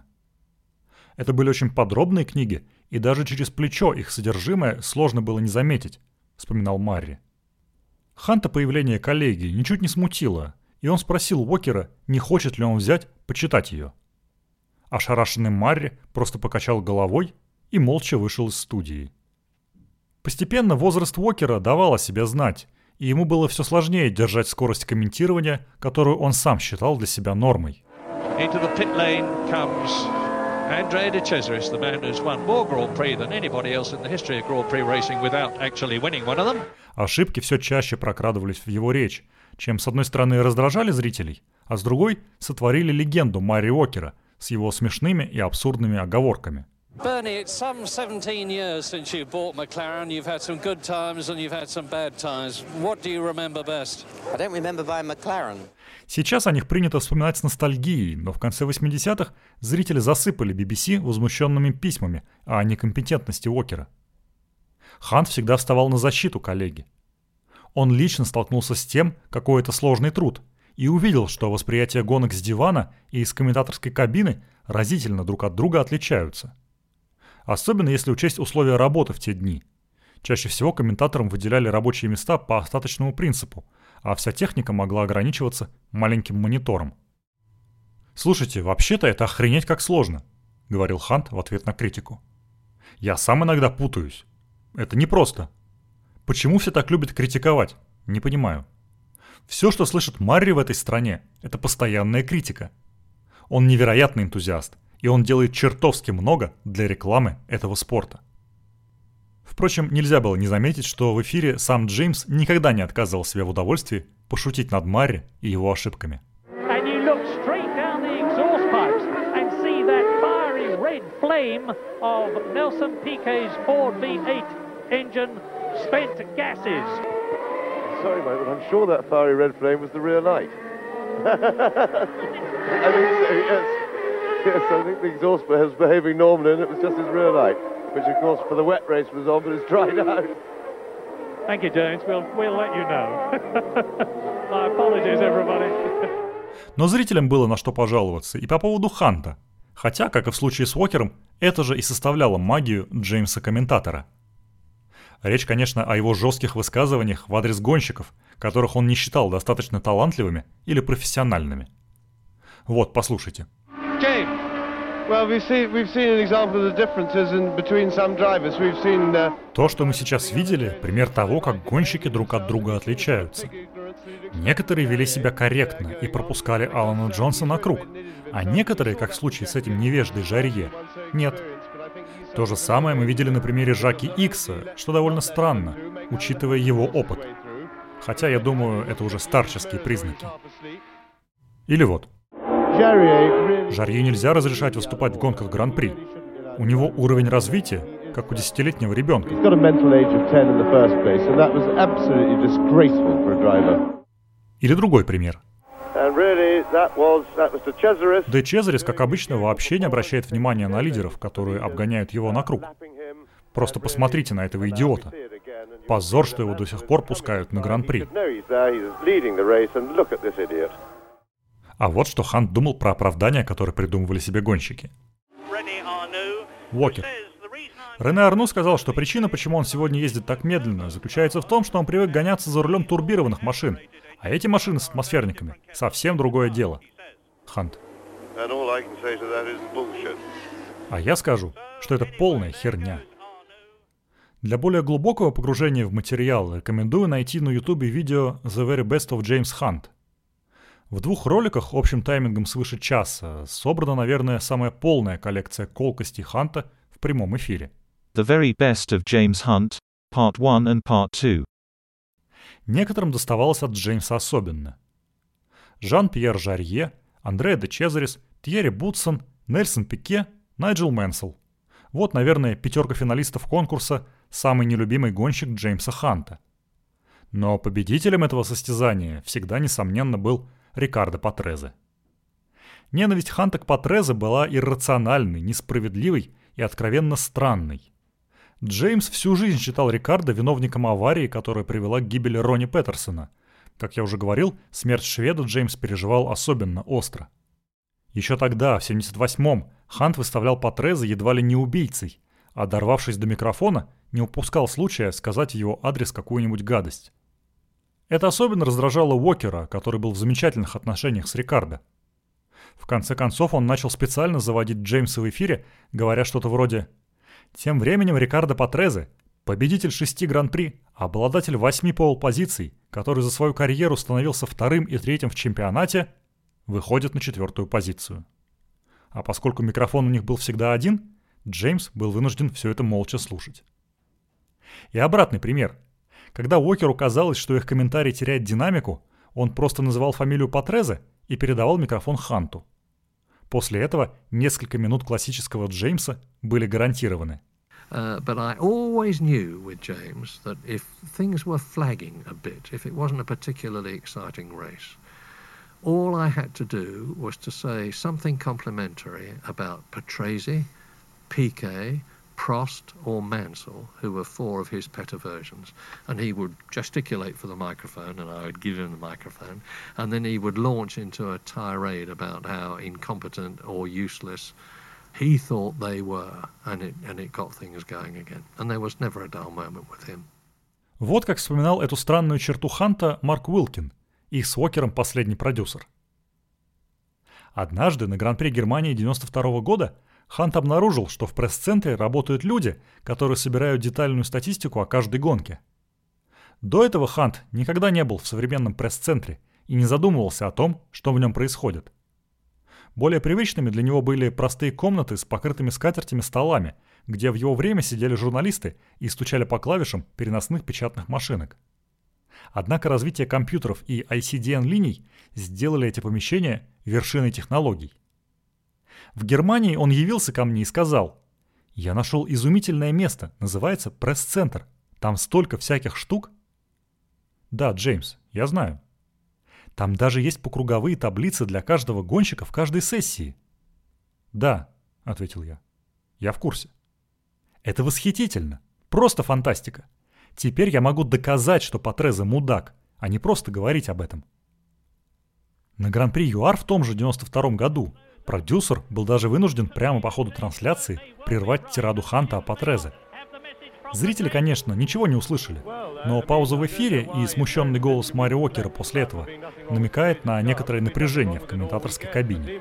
Это были очень подробные книги, и даже через плечо их содержимое сложно было не заметить, вспоминал Марри. Ханта появление коллеги ничуть не смутило, и он спросил Уокера, не хочет ли он взять, почитать ее. Ошарашенный Марри просто покачал головой и молча вышел из студии. Постепенно возраст Уокера давал о себе знать, и ему было все сложнее держать скорость комментирования, которую он сам считал для себя нормой. Into the pit lane comes Andrea De Cesaris, the man who's won more Grand Prix than anybody else in the history of Grand Prix racing without actually winning one of them. Ошибки все чаще прокрадывались в его речь, чем с одной стороны раздражали зрителей, а с другой сотворили легенду Марри Уокера с его смешными и абсурдными оговорками. Bernie, it's some seventeen years since you bought McLaren. You've had some good times and you've had some bad times. What do you remember best? I don't remember buying McLaren. Сейчас о них принято вспоминать с ностальгией, но в конце восьмидесятых зрители засыпали би би си возмущенными письмами о некомпетентности Уокера. Хант всегда вставал на защиту коллеги. Он лично столкнулся с тем, какой это сложный труд, и увидел, что восприятие гонок с дивана и из комментаторской кабины разительно друг от друга отличаются. Особенно если учесть условия работы в те дни. Чаще всего комментаторам выделяли рабочие места по остаточному принципу, а вся техника могла ограничиваться маленьким монитором. «Слушайте, вообще-то это охренеть как сложно», — говорил Хант в ответ на критику. «Я сам иногда путаюсь. Это непросто. Почему все так любят критиковать? Не понимаю. Все, что слышит Марри в этой стране, это постоянная критика. Он невероятный энтузиаст, и он делает чертовски много для рекламы этого спорта». Впрочем, нельзя было не заметить, что в эфире сам Джеймс никогда не отказывал себе в удовольствии пошутить над Марри и его ошибками. Sorry, mate, but I'm sure that fiery red flame was the rear light. I think so, yes. Yes, I think the exhaust was behaving normally and it was just his rear light, which of course for the wet race was on, but it's dried out. Thank you, James. We'll, we'll let you know. My apologies, everybody. Но зрителям было на что пожаловаться и по поводу Ханта. Хотя, как и в случае с Уокером, это же и составляло магию Джеймса-комментатора. Речь, конечно, о его жестких высказываниях в адрес гонщиков, которых он не считал достаточно талантливыми или профессиональными. Вот, послушайте. То, что мы сейчас видели, пример того, как гонщики друг от друга отличаются. Некоторые вели себя корректно и пропускали Алана Джонса на круг, а некоторые, как в случае с этим невеждой Жарье, нет. То же самое мы видели на примере Жаки Икса, что довольно странно, учитывая его опыт. Хотя, я думаю, это уже старческие признаки. Или вот. Жарье нельзя разрешать выступать в гонках Гран-при. У него уровень развития, как у десятилетнего ребенка. Или другой пример. Де Чезарис, как обычно, вообще не обращает внимания на лидеров, которые обгоняют его на круг. Просто посмотрите на этого идиота. Позор, что его до сих пор пускают на Гран-при. А вот что Хант думал про оправдания, которые придумывали себе гонщики. Уокер. Рене Арну сказал, что причина, почему он сегодня ездит так медленно, заключается в том, что он привык гоняться за рулем турбированных машин. А эти машины с атмосферниками — совсем другое дело. Хант. А я скажу, что это полная херня. Для более глубокого погружения в материал рекомендую найти на ютубе видео «The Very Best of James Hunt». В двух роликах общим таймингом свыше часа собрана, наверное, самая полная коллекция колкостей Ханта в прямом эфире. The Very Best of James Hunt, Part one and Part two. Некоторым доставалось от Джеймса особенно. Жан-Пьер Жарье, Андреа де Чезарис, Тьерри Бутсон, Нельсон Пике, Найджел Мэнсел. Вот, наверное, пятерка финалистов конкурса «Самый нелюбимый гонщик Джеймса Ханта». Но победителем этого состязания всегда, несомненно, был Рикардо Патрезе. Ненависть Ханта к Патрезе была иррациональной, несправедливой и откровенно странной. Джеймс всю жизнь считал Рикардо виновником аварии, которая привела к гибели Ронни Петерсона. Как я уже говорил, смерть шведа Джеймс переживал особенно остро. Еще тогда, в семьдесят восьмом, Хант выставлял Патрезе едва ли не убийцей, а, дорвавшись до микрофона, не упускал случая сказать в его адрес какую-нибудь гадость. Это особенно раздражало Уокера, который был в замечательных отношениях с Рикардо. В конце концов, он начал специально заводить Джеймса в эфире, говоря что-то вроде: «Тем временем Рикардо Патрезе, победитель шести гран-при, обладатель восьми пол-позиций, который за свою карьеру становился вторым и третьим в чемпионате, выходит на четвертую позицию». А поскольку микрофон у них был всегда один, Джеймс был вынужден все это молча слушать. И обратный пример. Когда Уокеру казалось, что их комментарий теряет динамику, он просто называл фамилию Патрезе и передавал микрофон Ханту. После этого несколько минут классического Джеймса были гарантированы. Uh, but I always knew with James that if things were flagging a bit, if it wasn't a particularly exciting race, all I had to do was to say something complimentary about Patrese, Piquet, Prost or Mansell, who were four of his pet aversions, and he would gesticulate for the microphone and I would give him the microphone, and then he would launch into a tirade about how incompetent or useless he thought they were, and it, and it got things going again. And there was never a dull moment with him. Вот как вспоминал эту странную черту Ханта Марк Уилкин, их с Уокером последний продюсер. Однажды на Гран-при Германии девяносто второго года Хант обнаружил, что в пресс-центре работают люди, которые собирают детальную статистику о каждой гонке. До этого Хант никогда не был в современном пресс-центре и не задумывался о том, что в нем происходит. Более привычными для него были простые комнаты с покрытыми скатертями столами, где в его время сидели журналисты и стучали по клавишам переносных печатных машинок. Однако развитие компьютеров и ай си ди эн-линий сделали эти помещения вершиной технологий. В Германии он явился ко мне и сказал: «Я нашел изумительное место, называется пресс-центр. Там столько всяких штук». «Да, Джеймс, я знаю. Там даже есть покруговые таблицы для каждого гонщика в каждой сессии». «Да», — ответил я, — «я в курсе». «Это восхитительно, просто фантастика. Теперь я могу доказать, что Патрезе мудак, а не просто говорить об этом». На Гран-при ЮАР в том же девяносто втором году продюсер был даже вынужден прямо по ходу трансляции прервать тираду Ханта о Патрезе. Зрители, конечно, ничего не услышали, но пауза в эфире и смущенный голос Мари Уокера после этого намекает на некоторое напряжение в комментаторской кабине.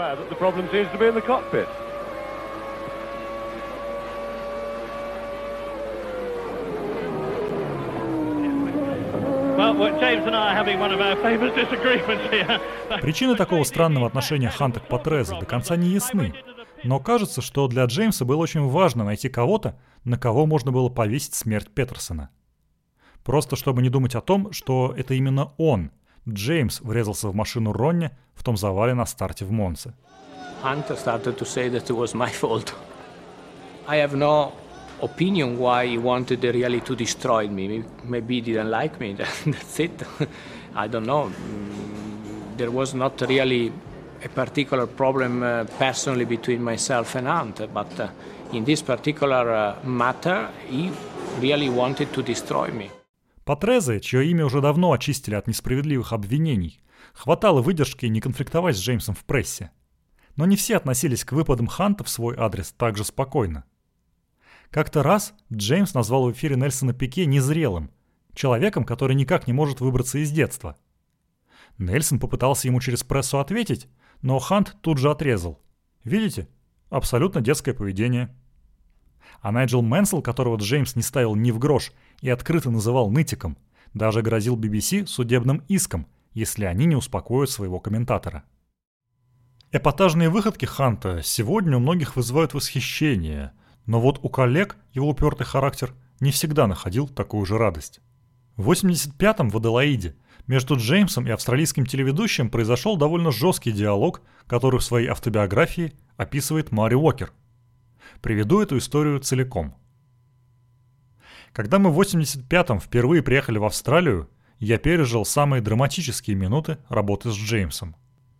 Причины такого странного отношения Ханта к Патрезе до конца не ясны, но кажется, что для Джеймса было очень важно найти кого-то, на кого можно было повесить смерть Петерсона. Просто чтобы не думать о том, что это именно он, Джеймс, врезался в машину Ронни в том завале на старте в Монце. Hunt started to say that it was my fault. I have no opinion why he wanted really to destroy me. Maybe he didn't like me. That's it. I don't know. There was not really a particular problem uh, personally between myself and Hunt, but uh, in this particular uh, matter, he really wanted to destroy me. Патрезе, чье имя уже давно очистили от несправедливых обвинений, хватало выдержки не конфликтовать с Джеймсом в прессе. Но не все относились к выпадам Ханта в свой адрес так же спокойно. Как-то раз Джеймс назвал в эфире Нельсона Пике незрелым, человеком, который никак не может выбраться из детства. Нельсон попытался ему через прессу ответить, но Хант тут же отрезал. Видите? Абсолютно детское поведение. А Найджел Мэнсел, которого Джеймс не ставил ни в грош и открыто называл нытиком, даже грозил би би си судебным иском, если они не успокоят своего комментатора. Эпатажные выходки Ханта сегодня у многих вызывают восхищение, но вот у коллег его упертый характер не всегда находил такую же радость. В восемьдесят пятом в Аделаиде между Джеймсом и австралийским телеведущим произошел довольно жесткий диалог, который в своей автобиографии описывает Мари Уокер. Приведу эту историю целиком. Когда мы в восемьдесят пятом впервые приехали в Австралию, я пережил самые драматические минуты работы с Джеймсом.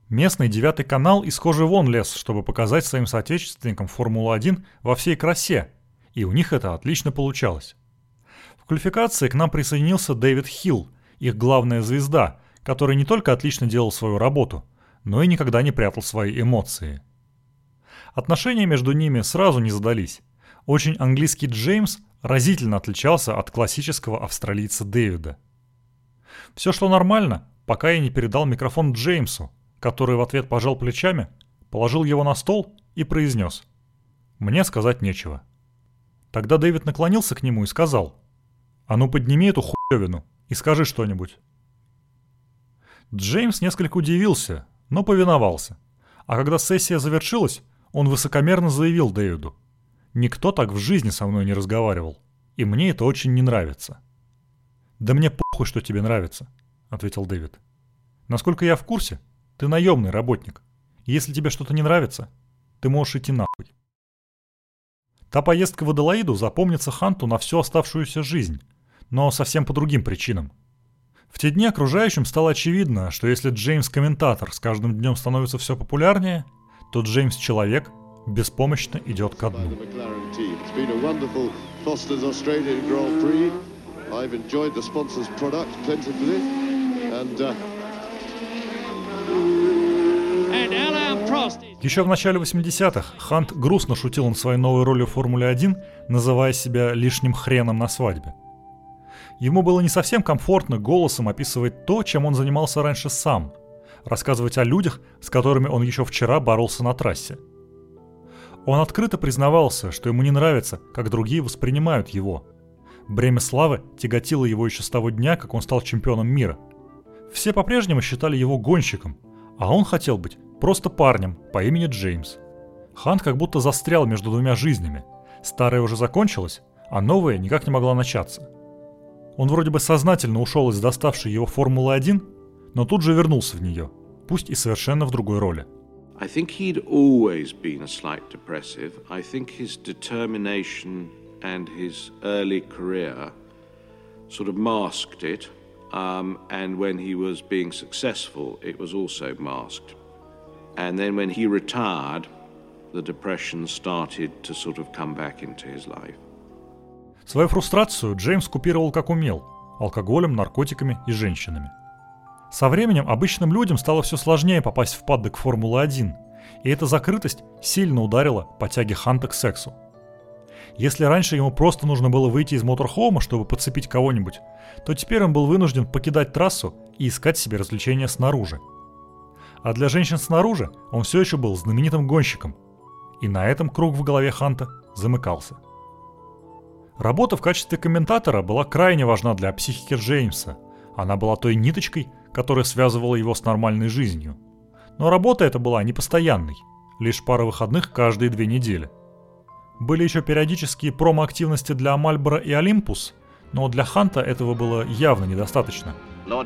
Местный девятый канал из кожи вон лез, чтобы показать своим соотечественникам Формулу один во всей красе, и у них это отлично получалось. В квалификации к нам присоединился Дэвид Хилл, их главная звезда, который не только отлично делал свою работу, но и никогда не прятал свои эмоции. Отношения между ними сразу не задались. Очень английский Джеймс разительно отличался от классического австралийца Дэвида. Все шло нормально, пока я не передал микрофон Джеймсу, который в ответ пожал плечами, положил его на стол и произнес: «Мне сказать нечего». Тогда Дэвид наклонился к нему и сказал: «А ну подними эту хуевину и скажи что-нибудь». Джеймс несколько удивился, но повиновался. А когда сессия завершилась, он высокомерно заявил Дэвиду: «Никто так в жизни со мной не разговаривал, и мне это очень не нравится». «Да мне похуй, что тебе нравится», — ответил Дэвид. «Насколько я в курсе, ты наемный работник. Если тебе что-то не нравится, ты можешь идти нахуй». Та поездка в Аделаиду запомнится Ханту на всю оставшуюся жизнь, но совсем по другим причинам. В те дни окружающим стало очевидно, что если Джеймс-комментатор с каждым днем становится все популярнее, то Джеймс-человек беспомощно идет ко дну. Еще в начале восьмидесятых Хант грустно шутил над своей новой ролью в Формуле один, называя себя лишним хреном на свадьбе. Ему было не совсем комфортно голосом описывать то, чем он занимался раньше сам, рассказывать о людях, с которыми он еще вчера боролся на трассе. Он открыто признавался, что ему не нравится, как другие воспринимают его. Бремя славы тяготило его еще с того дня, как он стал чемпионом мира. Все по-прежнему считали его гонщиком, а он хотел быть просто парнем по имени Джеймс. Хант как будто застрял между двумя жизнями. Старая уже закончилась, а новая никак не могла начаться. Он вроде бы сознательно ушел из доставшей его Формулы один, но тут же вернулся в нее, пусть и совершенно в другой роли. I think he'd always been a slight depressive. I think his determination and his early career sort of masked it. Um, and when he was being successful, it was also masked. And then when he retired, the depression started to sort of come back into his life. Свою фрустрацию Джеймс купировал как умел – алкоголем, наркотиками и женщинами. Со временем обычным людям стало все сложнее попасть в паддок Формулы один, и эта закрытость сильно ударила по тяге Ханта к сексу. Если раньше ему просто нужно было выйти из моторхоума, чтобы подцепить кого-нибудь, то теперь он был вынужден покидать трассу и искать себе развлечения снаружи. А для женщин снаружи он все еще был знаменитым гонщиком, и на этом круг в голове Ханта замыкался. Работа в качестве комментатора была крайне важна для психики Джеймса. Она была той ниточкой, которая связывала его с нормальной жизнью. Но работа эта была непостоянной, лишь пара выходных каждые две недели. Были еще периодические промо-активности для Marlboro и Olympus, но для Ханта этого было явно недостаточно.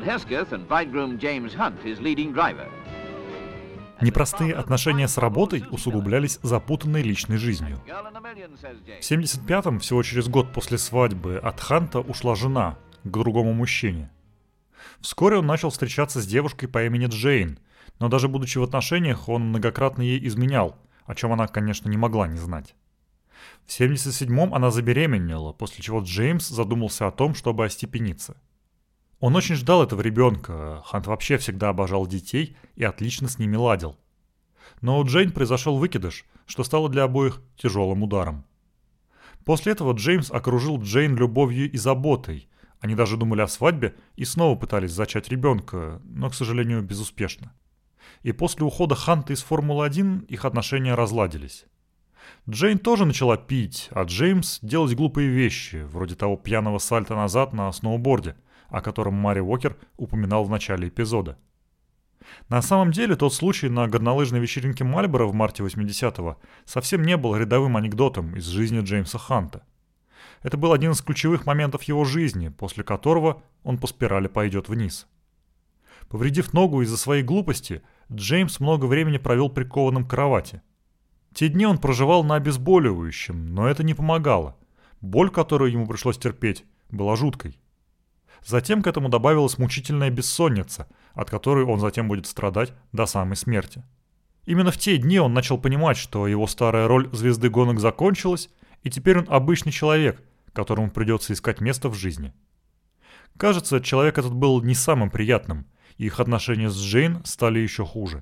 Непростые отношения с работой усугублялись запутанной личной жизнью. В семьдесят пятом, всего через год после свадьбы, от Ханта ушла жена к другому мужчине. Вскоре он начал встречаться с девушкой по имени Джейн, но даже будучи в отношениях, он многократно ей изменял, о чем она, конечно, не могла не знать. В семьдесят седьмом она забеременела, после чего Джеймс задумался о том, чтобы остепениться. Он очень ждал этого ребенка, Хант вообще всегда обожал детей и отлично с ними ладил. Но у Джейн произошел выкидыш, что стало для обоих тяжелым ударом. После этого Джеймс окружил Джейн любовью и заботой. Они даже думали о свадьбе и снова пытались зачать ребенка, но, к сожалению, безуспешно. И после ухода Ханта из Формулы один их отношения разладились. Джейн тоже начала пить, а Джеймс делать глупые вещи, вроде того пьяного сальто назад на сноуборде, о котором Мари Уокер упоминал в начале эпизода. На самом деле, тот случай на горнолыжной вечеринке Marlboro в марте восьмидесятого совсем не был рядовым анекдотом из жизни Джеймса Ханта. Это был один из ключевых моментов его жизни, после которого он по спирали пойдет вниз. Повредив ногу из-за своей глупости, Джеймс много времени провел прикованным к кровати. Те дни он проживал на обезболивающем, но это не помогало. Боль, которую ему пришлось терпеть, была жуткой. Затем к этому добавилась мучительная бессонница, от которой он затем будет страдать до самой смерти. Именно в те дни он начал понимать, что его старая роль звезды гонок закончилась, и теперь он обычный человек, которому придется искать место в жизни. Кажется, человек этот был не самым приятным, и их отношения с Джейн стали еще хуже.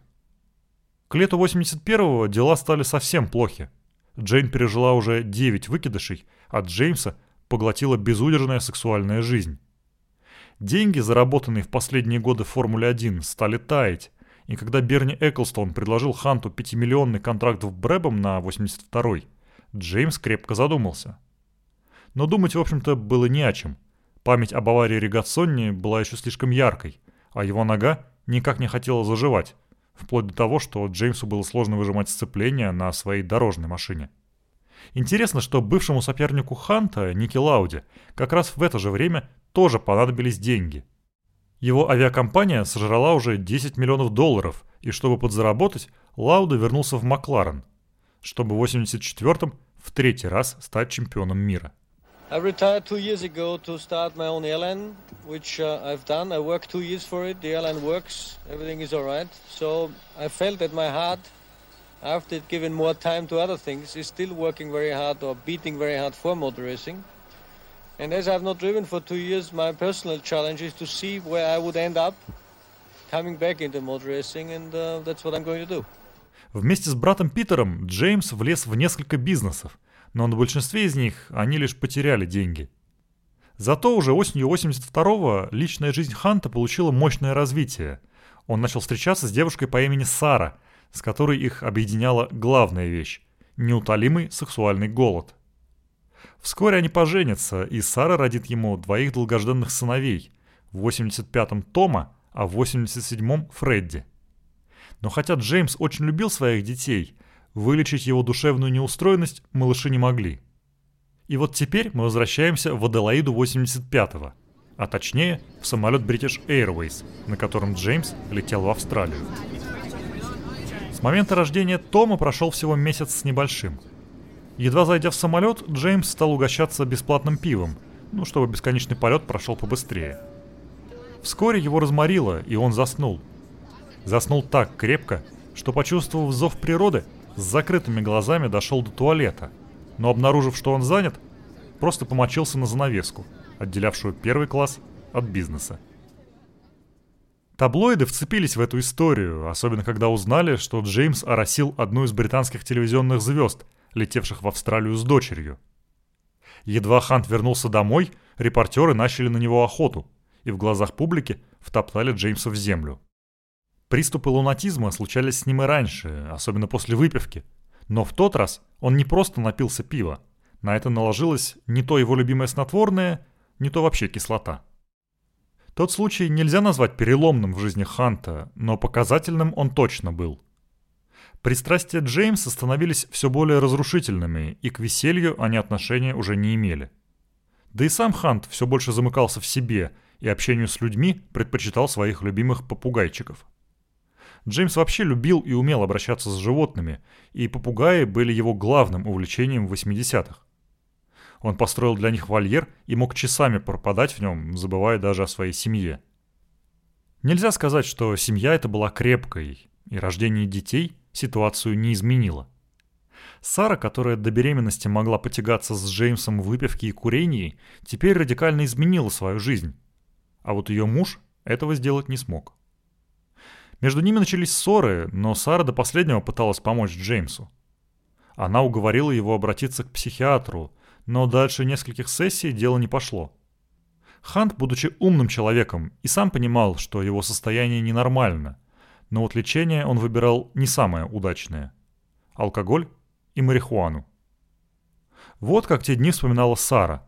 К лету восемьдесят первого дела стали совсем плохи. Джейн пережила уже девять выкидышей, а Джеймса поглотила безудержная сексуальная жизнь. Деньги, заработанные в последние годы в Формуле один, стали таять, и когда Берни Эклстон предложил Ханту пятимиллионный контракт в Брэбом на восемьдесят второй, Джеймс крепко задумался. Но думать, в общем-то, было не о чем. Память об аварии Регатсонни была еще слишком яркой, а его нога никак не хотела заживать, вплоть до того, что Джеймсу было сложно выжимать сцепление на своей дорожной машине. Интересно, что бывшему сопернику Ханта, Ники Лауди, как раз в это же время тоже понадобились деньги. Его авиакомпания сожрала уже десять миллионов долларов, и чтобы подзаработать, Лауда вернулся в Макларен, чтобы в восемьдесят четвёртом в третий раз стать чемпионом мира. I retired two years ago to start my own airline, which uh, I've done. I worked two years for it. The airline works. Everything is all right. So I felt that my heart, after giving more time to other things, is still working very hard or beating very hard for motor racing. And as I've not driven for two years, my personal challenge is to see where I would end up coming back into motor racing, and uh, that's what I'm going to do. Вместе с братом Питером Джеймс влез в несколько бизнесов, но на большинстве из них они лишь потеряли деньги. Зато уже осенью восемьдесят второго личная жизнь Ханта получила мощное развитие. Он начал встречаться с девушкой по имени Сара, с которой их объединяла главная вещь – неутолимый сексуальный голод. Вскоре они поженятся, и Сара родит ему двоих долгожданных сыновей – в восемьдесят пятом Тома, а в восемьдесят седьмом Фредди. Но хотя Джеймс очень любил своих детей, вылечить его душевную неустроенность малыши не могли. И вот теперь мы возвращаемся в Аделаиду восемьдесят пятого, а точнее в самолет British Airways, на котором Джеймс летел в Австралию. С момента рождения Тома прошел всего месяц с небольшим. Едва зайдя в самолет, Джеймс стал угощаться бесплатным пивом, ну, чтобы бесконечный полет прошел побыстрее. Вскоре его разморило, и он заснул. Заснул так крепко, что, почувствовав зов природы, с закрытыми глазами дошел до туалета, но, обнаружив, что он занят, просто помочился на занавеску, отделявшую первый класс от бизнеса. Таблоиды вцепились в эту историю, особенно когда узнали, что Джеймс оросил одну из британских телевизионных звезд, летевших в Австралию с дочерью. Едва Хант вернулся домой, репортеры начали на него охоту и в глазах публики втоптали Джеймса в землю. Приступы лунатизма случались с ним и раньше, особенно после выпивки. Но в тот раз он не просто напился пива. На это наложилось не то его любимое снотворное, не то вообще кислота. Тот случай нельзя назвать переломным в жизни Ханта, но показательным он точно был. Пристрастия Джеймса становились все более разрушительными, и к веселью они отношения уже не имели. Да и сам Хант все больше замыкался в себе и общению с людьми предпочитал своих любимых попугайчиков. Джеймс вообще любил и умел обращаться с животными, и попугаи были его главным увлечением в восьмидесятых. Он построил для них вольер и мог часами пропадать в нем, забывая даже о своей семье. Нельзя сказать, что семья эта была крепкой, и рождение детей ситуацию не изменило. Сара, которая до беременности могла потягаться с Джеймсом в выпивке и курении, теперь радикально изменила свою жизнь. А вот ее муж этого сделать не смог. Между ними начались ссоры, но Сара до последнего пыталась помочь Джеймсу. Она уговорила его обратиться к психиатру, но дальше нескольких сессий дело не пошло. Хант, будучи умным человеком, и сам понимал, что его состояние ненормально, но вот лечение он выбирал не самое удачное – алкоголь и марихуану. Вот как те дни вспоминала Сара.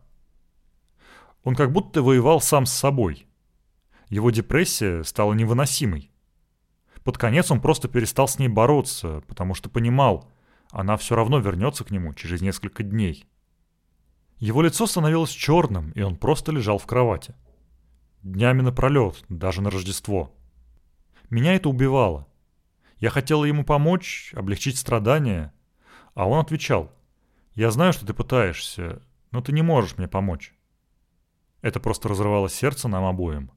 Он как будто воевал сам с собой. Его депрессия стала невыносимой. Под конец он просто перестал с ней бороться, потому что понимал, она все равно вернется к нему через несколько дней. Его лицо становилось черным, и он просто лежал в кровати. Днями напролет, даже на Рождество. Меня это убивало. Я хотела ему помочь, облегчить страдания, а он отвечал: «Я знаю, что ты пытаешься, но ты не можешь мне помочь». Это просто разрывало сердце нам обоим.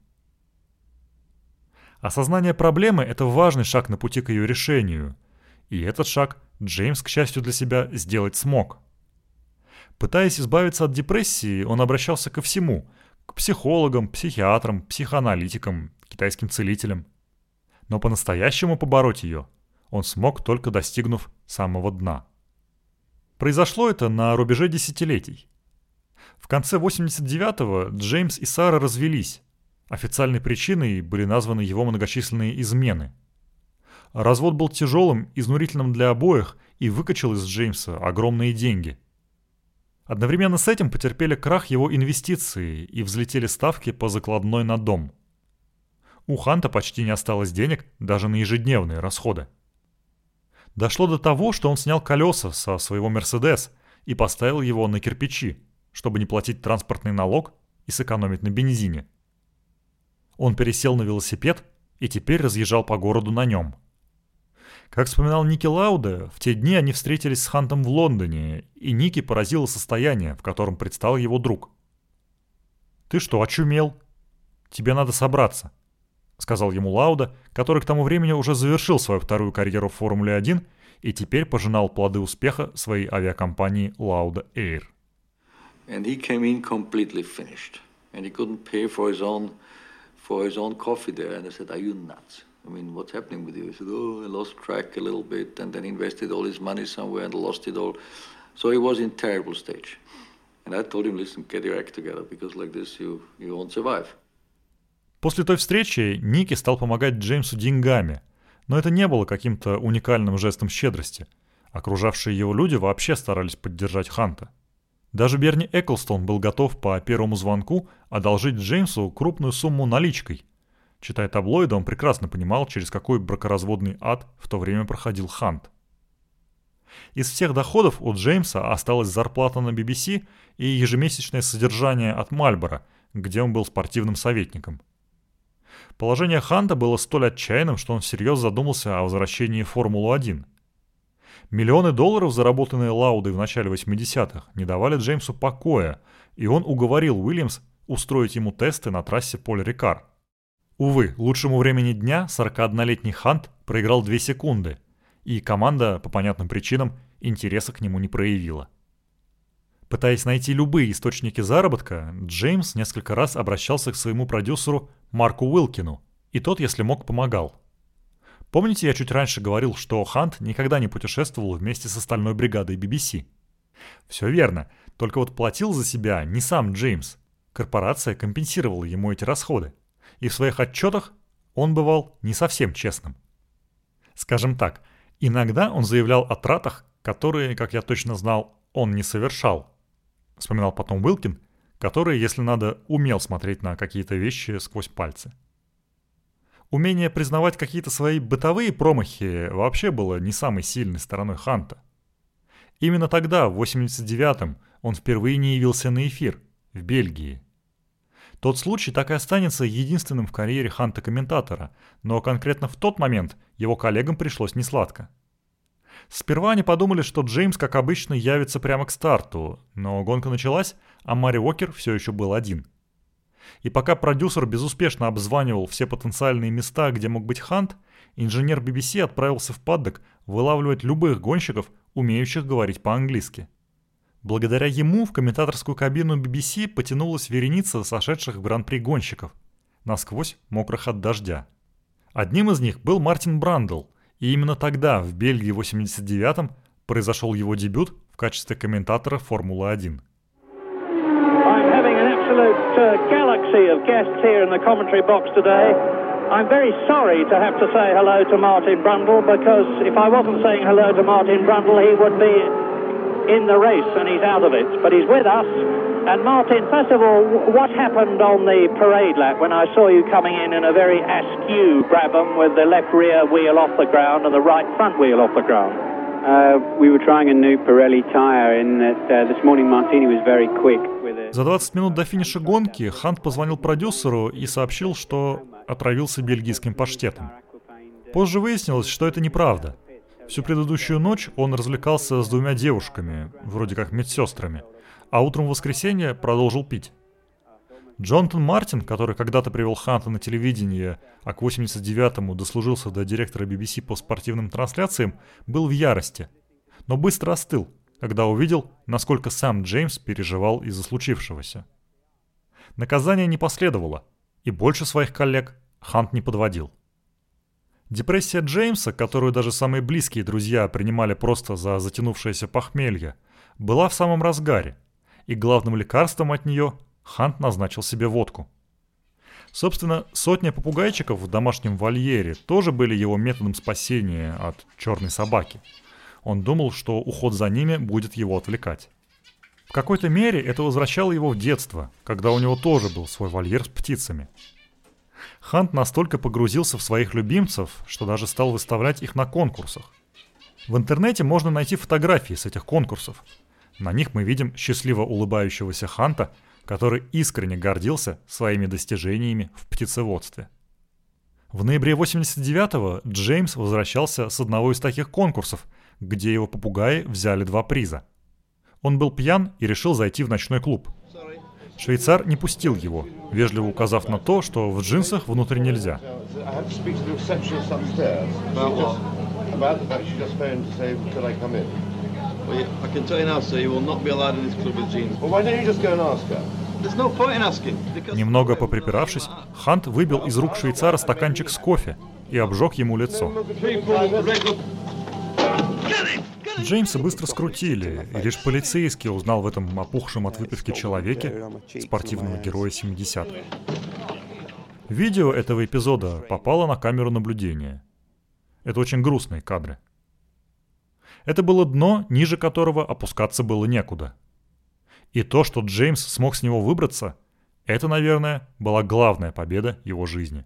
Осознание проблемы – это важный шаг на пути к ее решению. И этот шаг Джеймс, к счастью для себя, сделать смог. Пытаясь избавиться от депрессии, он обращался ко всему – к психологам, психиатрам, психоаналитикам, китайским целителям. Но по-настоящему побороть ее он смог, только достигнув самого дна. Произошло это на рубеже десятилетий. В конце восемьдесят девятого Джеймс и Сара развелись. Официальной причиной были названы его многочисленные измены. Развод был тяжелым, изнурительным для обоих и выкачал из Джеймса огромные деньги. Одновременно с этим потерпели крах его инвестиции и взлетели ставки по закладной на дом. У Ханта почти не осталось денег даже на ежедневные расходы. Дошло до того, что он снял колеса со своего «Мерседес» и поставил его на кирпичи, чтобы не платить транспортный налог и сэкономить на бензине. Он пересел на велосипед и теперь разъезжал по городу на нем. Как вспоминал Ники Лауда, в те дни они встретились с Хантом в Лондоне, и Ники поразило состояние, в котором предстал его друг. «Ты что, очумел? Тебе надо собраться», — сказал ему Лауда, который к тому времени уже завершил свою вторую карьеру в Формуле один и теперь пожинал плоды успеха своей авиакомпании Lauda Air. And he came in completely finished, and he couldn't pay for his own for his own coffee there. And I said, "Are you nuts? I mean, what's happening with you?" He said, "Oh, I lost track a little bit, and then invested all his money somewhere and lost it all." So he was in terrible stage. And I told him, "Listen, get your act together, because like this you you won't survive." После той встречи Ники стал помогать Джеймсу деньгами, но это не было каким-то уникальным жестом щедрости. Окружавшие его люди вообще старались поддержать Ханта. Даже Берни Эклстон был готов по первому звонку одолжить Джеймсу крупную сумму наличкой. Читая таблоиды, он прекрасно понимал, через какой бракоразводный ад в то время проходил Хант. Из всех доходов у Джеймса осталась зарплата на би би си и ежемесячное содержание от Мальборо, где он был спортивным советником. Положение Ханта было столь отчаянным, что он всерьез задумался о возвращении в Формулу один. Миллионы долларов, заработанные Лаудой в начале восьмидесятых, не давали Джеймсу покоя, и он уговорил Уильямс устроить ему тесты на трассе Поль-Рикар. Увы, лучшему времени дня сорокаоднолетний Хант проиграл две секунды, и команда, по понятным причинам, интереса к нему не проявила. Пытаясь найти любые источники заработка, Джеймс несколько раз обращался к своему продюсеру Марку Уилкину, и тот, если мог, помогал. Помните, я чуть раньше говорил, что Хант никогда не путешествовал вместе с остальной бригадой би би си? Все верно, только вот платил за себя не сам Джеймс. Корпорация компенсировала ему эти расходы. И в своих отчетах он бывал не совсем честным. Скажем так, иногда он заявлял о тратах, которые, как я точно знал, он не совершал. Вспоминал потом Уилкин, который, если надо, умел смотреть на какие-то вещи сквозь пальцы. Умение признавать какие-то свои бытовые промахи вообще было не самой сильной стороной Ханта. Именно тогда, в восемьдесят девятом, он впервые не явился на эфир, в Бельгии. Тот случай так и останется единственным в карьере Ханта-комментатора, но конкретно в тот момент его коллегам пришлось несладко. Сперва они подумали, что Джеймс, как обычно, явится прямо к старту, но гонка началась, а Мари Уокер все еще был один. И пока продюсер безуспешно обзванивал все потенциальные места, где мог быть Хант, инженер би би си отправился в паддок вылавливать любых гонщиков, умеющих говорить по-английски. Благодаря ему в комментаторскую кабину би би си потянулась вереница сошедших в гран-при гонщиков, насквозь мокрых от дождя. Одним из них был Мартин Брандл, и именно тогда, в Бельгии в восемьдесят девятом, произошел его дебют в качестве комментатора Формулы один. Absolute uh, galaxy of guests here in the commentary box today. I'm very sorry to have to say hello to Martin Brundle, because if I wasn't saying hello to Martin Brundle, he would be in the race and he's out of it. But he's with us. And Martin, first of all, what happened on the parade lap when I saw you coming in in a very askew Brabham with the left rear wheel off the ground and the right front wheel off the ground? Uh, we were trying a new Pirelli tyre in that uh, this morning Martini was very quick. За двадцать минут до финиша гонки Хант позвонил продюсеру и сообщил, что отравился бельгийским паштетом. Позже выяснилось, что это неправда. Всю предыдущую ночь он развлекался с двумя девушками, вроде как медсестрами, а утром в воскресенье продолжил пить. Джонатан Мартин, который когда-то привел Ханта на телевидение, а к восемьдесят девятому дослужился до директора би би си по спортивным трансляциям, был в ярости, но быстро остыл, когда увидел, насколько сам Джеймс переживал из-за случившегося. Наказание не последовало, и больше своих коллег Хант не подводил. Депрессия Джеймса, которую даже самые близкие друзья принимали просто за затянувшееся похмелье, была в самом разгаре, и главным лекарством от нее Хант назначил себе водку. Собственно, сотня попугайчиков в домашнем вольере тоже были его методом спасения от черной собаки. Он думал, что уход за ними будет его отвлекать. В какой-то мере это возвращало его в детство, когда у него тоже был свой вольер с птицами. Хант настолько погрузился в своих любимцев, что даже стал выставлять их на конкурсах. В интернете можно найти фотографии с этих конкурсов. На них мы видим счастливо улыбающегося Ханта, который искренне гордился своими достижениями в птицеводстве. В ноябре восемьдесят девятого Джеймс возвращался с одного из таких конкурсов, где его попугаи взяли два приза. Он был пьян и решил зайти в ночной клуб. Швейцар не пустил его, вежливо указав на то, что в джинсах внутрь нельзя. Немного поприпиравшись, Хант выбил из рук швейцара стаканчик с кофе и обжег ему лицо. Джеймса быстро скрутили, и лишь полицейский узнал в этом опухшем от выпивки человеке спортивного героя семидесятых. Видео этого эпизода попало на камеру наблюдения. Это очень грустные кадры. Это было дно, ниже которого опускаться было некуда. И то, что Джеймс смог с него выбраться, это, наверное, была главная победа его жизни.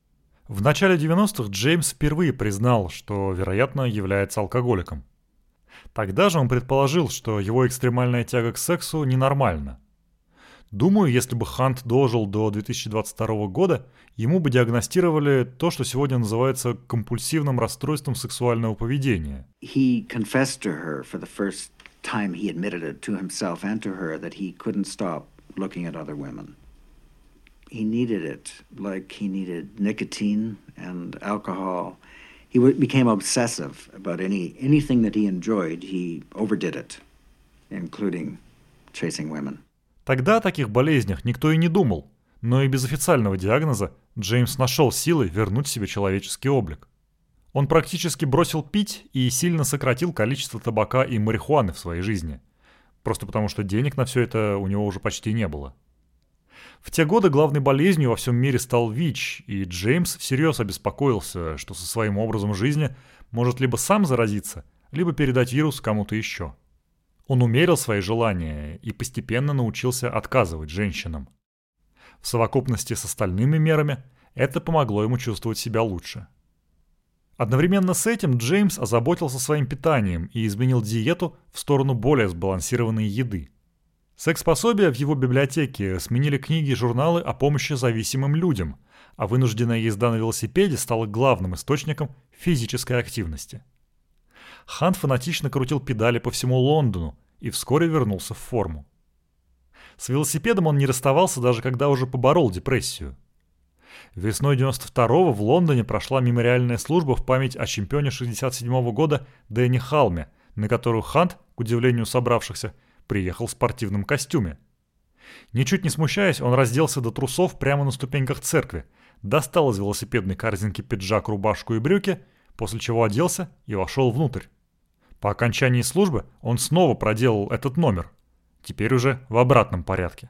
В начале девяностых Джеймс впервые признал, что, вероятно, является алкоголиком. Тогда же он предположил, что его экстремальная тяга к сексу ненормальна. Думаю, если бы Хант дожил до две тысячи двадцать второго года, ему бы диагностировали то, что сегодня называется компульсивным расстройством сексуального поведения. He confessed to her for the first time he admitted it to himself and to her that he couldn't stop looking at other women. He needed it, like he needed nicotine and alcohol. He w- became obsessive about any anything that he enjoyed. He overdid it, including chasing women. Тогда о таких болезнях никто и не думал, но и без официального диагноза Джеймс нашел силы вернуть себе человеческий облик. Он практически бросил пить и сильно сократил количество табака и марихуаны в своей жизни, просто потому что денег на все это у него уже почти не было. В те годы главной болезнью во всем мире стал ВИЧ, и Джеймс всерьез обеспокоился, что со своим образом жизни может либо сам заразиться, либо передать вирус кому-то еще. Он умерил свои желания и постепенно научился отказывать женщинам. В совокупности с остальными мерами это помогло ему чувствовать себя лучше. Одновременно с этим Джеймс озаботился своим питанием и изменил диету в сторону более сбалансированной еды. Секс-пособия в его библиотеке сменили книги и журналы о помощи зависимым людям, а вынужденная езда на велосипеде стала главным источником физической активности. Хант фанатично крутил педали по всему Лондону и вскоре вернулся в форму. С велосипедом он не расставался даже когда уже поборол депрессию. Весной девяносто второго в Лондоне прошла мемориальная служба в память о чемпионе шестьдесят седьмого года Дэнни Халме, на которую Хант, к удивлению собравшихся, приехал в спортивном костюме. Ничуть не смущаясь, он разделся до трусов прямо на ступеньках церкви, достал из велосипедной корзинки пиджак, рубашку и брюки, после чего оделся и вошел внутрь. По окончании службы он снова проделал этот номер, теперь уже в обратном порядке.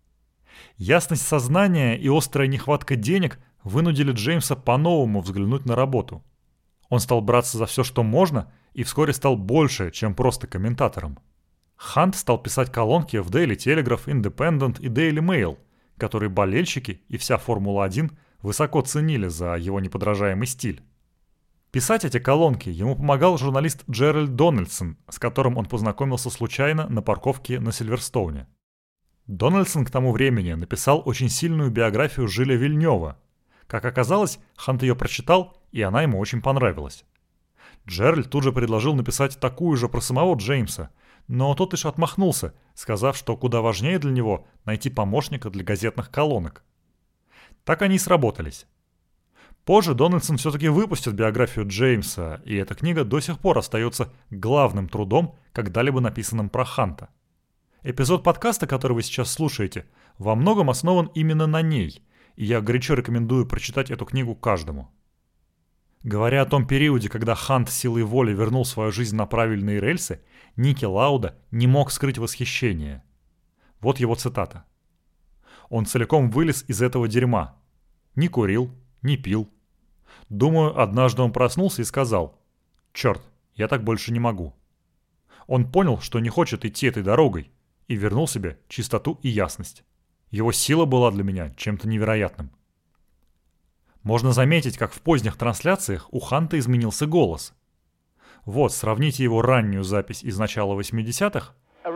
Ясность сознания и острая нехватка денег вынудили Джеймса по-новому взглянуть на работу. Он стал браться за все, что можно, и вскоре стал больше, чем просто комментатором. Хант стал писать колонки в Daily Telegraph, Independent и Daily Mail, которые болельщики и вся Формула один высоко ценили за его неподражаемый стиль. Писать эти колонки ему помогал журналист Джеральд Дональдсон, с которым он познакомился случайно на парковке на Сильверстоуне. Дональдсон к тому времени написал очень сильную биографию Жиля Вильнёва. Как оказалось, Хант ее прочитал, и она ему очень понравилась. Джеральд тут же предложил написать такую же про самого Джеймса, но тот лишь отмахнулся, сказав, что куда важнее для него найти помощника для газетных колонок. Так они и сработались. Позже Дональдсон все-таки выпустит биографию Джеймса, и эта книга до сих пор остается главным трудом, когда-либо написанным про Ханта. Эпизод подкаста, который вы сейчас слушаете, во многом основан именно на ней, и я горячо рекомендую прочитать эту книгу каждому. Говоря о том периоде, когда Хант силой воли вернул свою жизнь на правильные рельсы, Ники Лауда не мог скрыть восхищение. Вот его цитата. «Он целиком вылез из этого дерьма. Не курил, не пил. Думаю, однажды он проснулся и сказал: «Черт, я так больше не могу». Он понял, что не хочет идти этой дорогой, и вернул себе чистоту и ясность. Его сила была для меня чем-то невероятным». Можно заметить, как в поздних трансляциях у Ханта изменился голос. Вот, сравните его раннюю запись из начала восьмидесятых.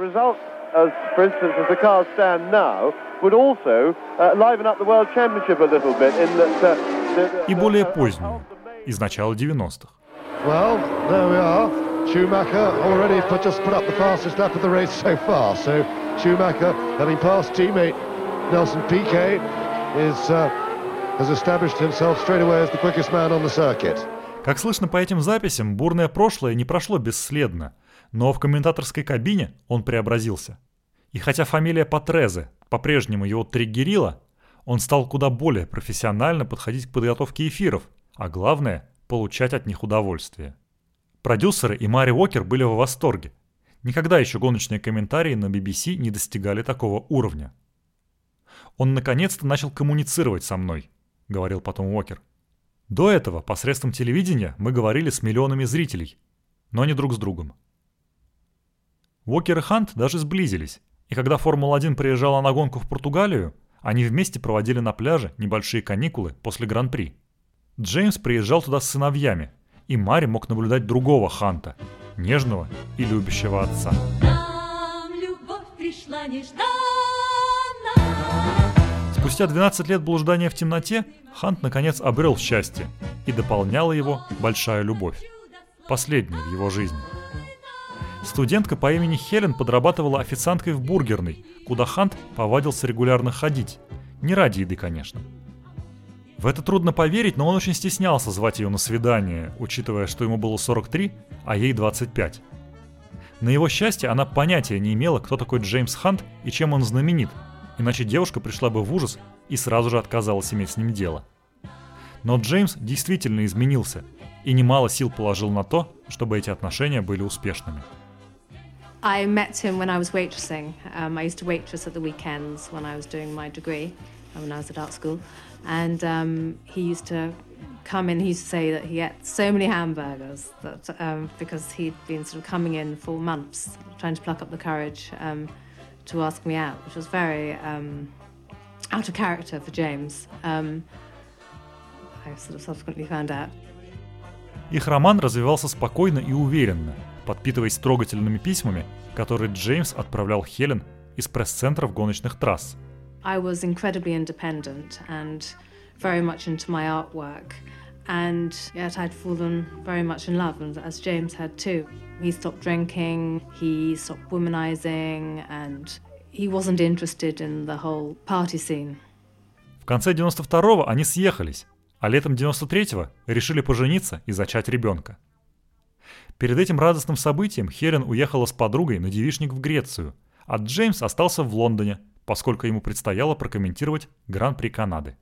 И более позднюю, из начала девяностых. Well, there we are. Schumacher already put, just put up the fastest lap of the race so far. So Schumacher, having passed teammate Nelson Piquet, is, uh, has established himself straight away as the quickest man on the circuit. Как слышно по этим записям, бурное прошлое не прошло бесследно, но в комментаторской кабине он преобразился. И хотя фамилия Патрезе по-прежнему его триггерила, он стал куда более профессионально подходить к подготовке эфиров, а главное – получать от них удовольствие. Продюсеры и Мари Уокер были в восторге. Никогда еще гоночные комментарии на би би си не достигали такого уровня. «Он наконец-то начал коммуницировать со мной», — говорил потом Уокер. «До этого посредством телевидения мы говорили с миллионами зрителей, но не друг с другом». Уокер и Хант даже сблизились, и когда Формула один приезжала на гонку в Португалию, они вместе проводили на пляже небольшие каникулы после Гран-при. Джеймс приезжал туда с сыновьями, и Мари мог наблюдать другого Ханта, нежного и любящего отца. Нам любовь пришла нежданно. Спустя двенадцать лет блуждания в темноте Хант наконец обрел счастье, и дополняла его большая любовь, последняя в его жизни. Студентка по имени Хелен подрабатывала официанткой в бургерной, куда Хант повадился регулярно ходить, не ради еды, конечно. В это трудно поверить, но он очень стеснялся звать ее на свидание, учитывая, что ему было сорок три, а ей двадцать пять. На его счастье, она понятия не имела, кто такой Джеймс Хант и чем он знаменит, иначе девушка пришла бы в ужас и сразу же отказалась иметь с ним дело. Но Джеймс действительно изменился и немало сил положил на то, чтобы эти отношения были успешными. I met him when I was waitressing. Um, I used to waitress at the weekends when I was doing my degree, when I was at art school. And um, he used to come in, he used to say that he ate so many hamburgers that um, because he'd been sort of coming in for months, trying to pluck up the courage um, to ask me out, which was very um, out of character for James. Um, I sort of subsequently found out. Их роман развивался спокойно и уверенно, подпитываясь трогательными письмами, которые Джеймс отправлял Хелен из пресс-центров гоночных трасс. I was incredibly independent and very much into my artwork, and yet I'd fallen very much in love, as James had too. He stopped drinking, he stopped womanizing, and he wasn't interested in the whole party scene. В конце девяносто второго они съехались, а летом девяносто третьего решили пожениться и зачать ребенка. Перед этим радостным событием Хелен уехала с подругой на девичник в Грецию, а Джеймс остался в Лондоне, поскольку ему предстояло прокомментировать Гран-при Канады.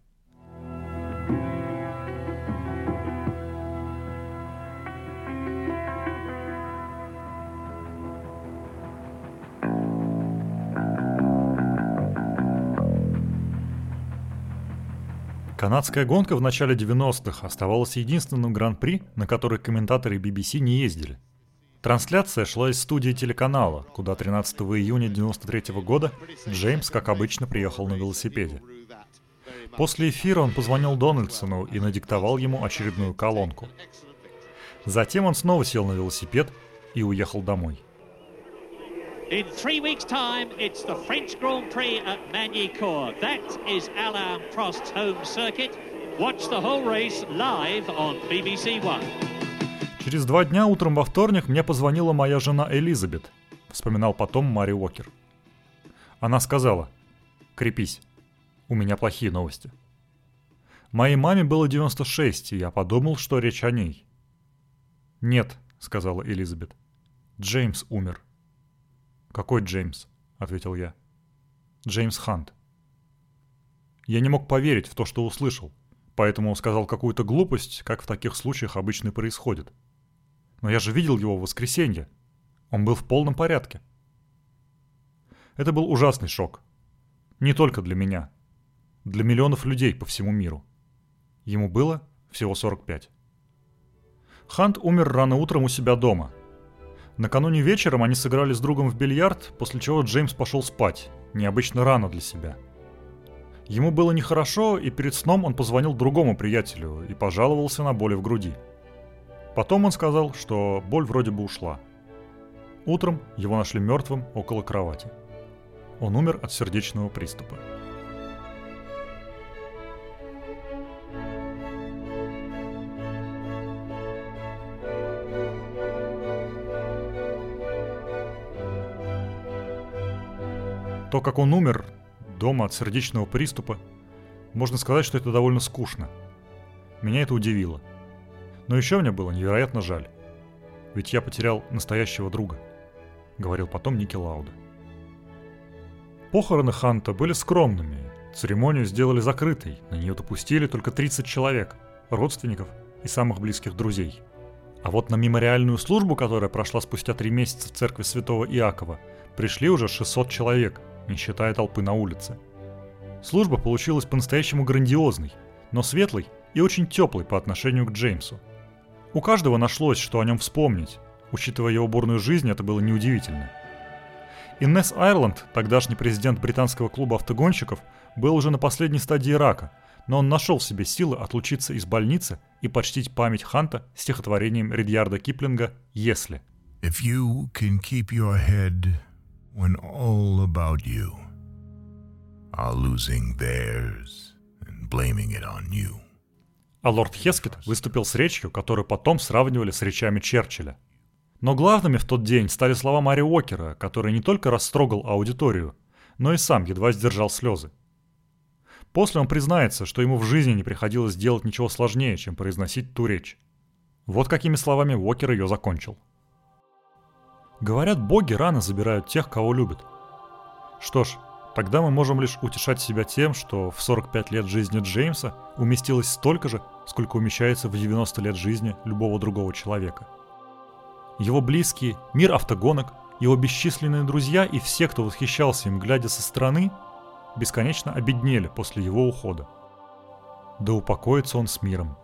Канадская гонка в начале девяностых оставалась единственным гран-при, на который комментаторы би би си не ездили. Трансляция шла из студии телеканала, куда тринадцатого июня девяносто третьего года Джеймс, как обычно, приехал на велосипеде. После эфира он позвонил Дональдсону и надиктовал ему очередную колонку. Затем он снова сел на велосипед и уехал домой. In three weeks' time, it's the French Grand Prix at Magny-Cours. That is Alain Prost's home circuit. Watch the whole race live on би би си One. Через два дня утром во вторник мне позвонила моя жена Элизабет. вспоминал потом Мари Уокер. Она сказала: «Крепись, у меня плохие новости». Моей маме было девяносто шесть, и я подумал, что речь о ней. «Нет», — сказала Элизабет, — «Джеймс умер». «Какой Джеймс?» — ответил я. «Джеймс Хант». Я не мог поверить в то, что услышал, поэтому сказал какую-то глупость, как в таких случаях обычно происходит. Но я же видел его в воскресенье. Он был в полном порядке. Это был ужасный шок. Не только для меня. Для миллионов людей по всему миру. Ему было всего сорок пять. Хант умер рано утром у себя дома. Накануне вечером они сыграли с другом в бильярд, после чего Джеймс пошел спать, необычно рано для себя. Ему было нехорошо, и перед сном он позвонил другому приятелю и пожаловался на боли в груди. Потом он сказал, что боль вроде бы ушла. Утром его нашли мертвым около кровати. Он умер от сердечного приступа. То, как он умер дома от сердечного приступа, можно сказать, что это довольно скучно. Меня это удивило. Но еще мне было невероятно жаль. Ведь я потерял настоящего друга, говорил потом Ники Лауда. Похороны Ханта были скромными. Церемонию сделали закрытой, на нее допустили только тридцать человек, родственников и самых близких друзей. А вот на мемориальную службу, которая прошла спустя три месяца в церкви Святого Иакова, пришли уже шестьсот человек, не считая толпы на улице. Служба получилась по-настоящему грандиозной, но светлой и очень теплой по отношению к Джеймсу. У каждого нашлось, что о нем вспомнить. Учитывая его бурную жизнь, это было неудивительно. Иннес Айрланд, тогдашний президент британского клуба автогонщиков, был уже на последней стадии рака, но он нашел в себе силы отлучиться из больницы и почтить память Ханта стихотворением Ридьярда Киплинга «Если». If you can keep your head when all about you are losing theirs and blaming it on you. А лорд Хескет выступил с речью, которую потом сравнивали с речами Черчилля. Но главными в тот день стали слова Мари Уокера, который не только растрогал аудиторию, но и сам едва сдержал слезы. После он признается, что ему в жизни не приходилось делать ничего сложнее, чем произносить ту речь. Вот какими словами Уокер ее закончил. Говорят, боги рано забирают тех, кого любят. Что ж, тогда мы можем лишь утешать себя тем, что в сорок пять лет жизни Джеймса уместилось столько же, сколько умещается в девяносто лет жизни любого другого человека. Его близкие, мир автогонок, его бесчисленные друзья и все, кто восхищался им, глядя со стороны, бесконечно обеднели после его ухода. Да упокоится он с миром.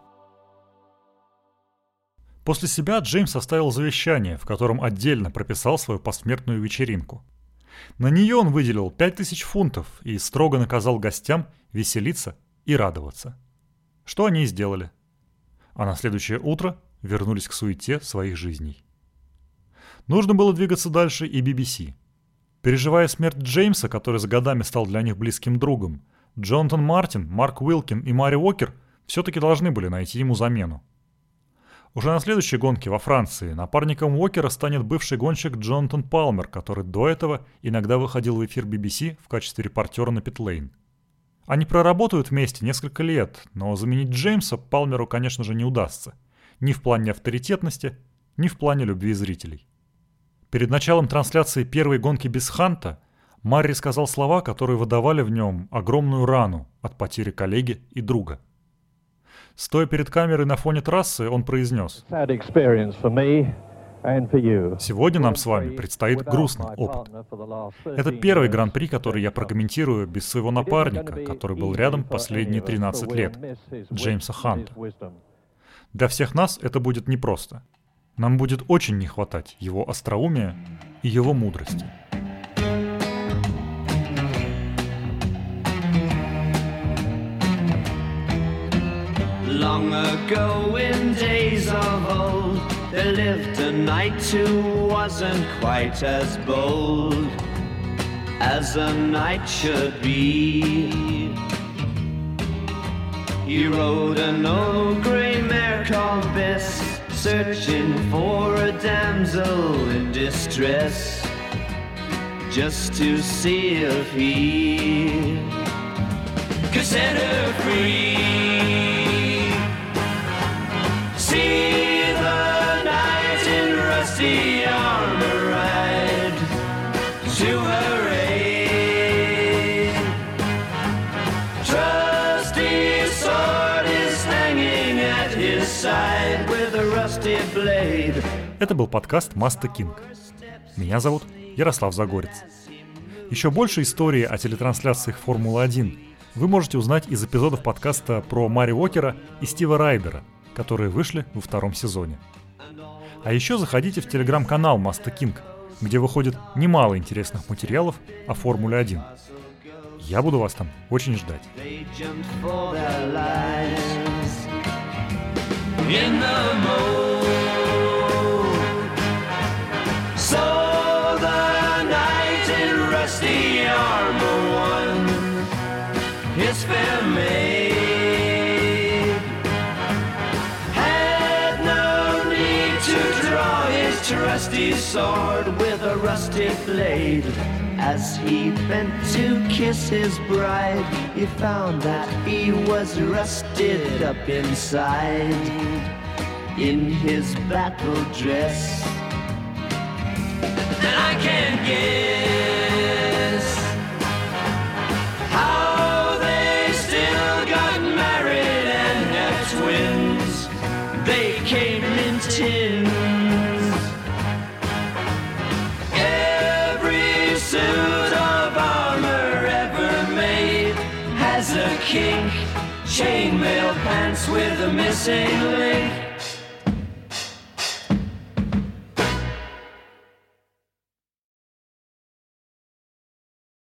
После себя Джеймс оставил завещание, в котором отдельно прописал свою посмертную вечеринку. На нее он выделил пять тысяч фунтов и строго наказал гостям веселиться и радоваться. Что они и сделали. А на следующее утро вернулись к суете своих жизней. Нужно было двигаться дальше и би би си. Переживая смерть Джеймса, который за годами стал для них близким другом, Джонатан Мартин, Марк Уилкин и Мари Уокер все-таки должны были найти ему замену. Уже на следующей гонке во Франции напарником Уокера станет бывший гонщик Джонатан Палмер, который до этого иногда выходил в эфир би би си в качестве репортера на питлейн. Они проработают вместе несколько лет, но заменить Джеймса Палмеру, конечно же, не удастся. Ни в плане авторитетности, ни в плане любви зрителей. Перед началом трансляции первой гонки без Ханта Марри сказал слова, которые выдавали в нем огромную рану от потери коллеги и друга. Стоя перед камерой на фоне трассы, он произнес: «Сегодня нам с вами предстоит грустный опыт. Это первый гран-при, который я прокомментирую без своего напарника, который был рядом последние тринадцать лет, Джеймса Ханта. Для всех нас это будет непросто. Нам будет очень не хватать его остроумия и его мудрости». Long ago in days of old, there lived a knight who wasn't quite as bold as a knight should be. He rode an old grey mare called Bess, searching for a damsel in distress. just to see if he could set her free. See the knight in rusty armor ride to her aid. Trusty sword is hanging at his side with a rusty blade. Это был подкаст Маста Кинг. Меня зовут Ярослав Загорец. Еще больше истории о телетрансляциях Формулы один вы можете узнать из эпизодов подкаста про Мари Уокера и Стива Райдера, которые вышли во втором сезоне. А еще заходите в телеграм-канал Маста Кинг, где выходит немало интересных материалов о Формуле один. Я буду вас там очень ждать. So the knight in rusty armor won his fair maid. Had no need to draw his trusty sword with a rusty blade. As he bent to kiss his bride, he found that he was rusted up inside in his battle dress. And I can't guess how they still got married and had twins. They came in tins. Every suit of armor ever made has a kink. Chainmail pants with a missing link.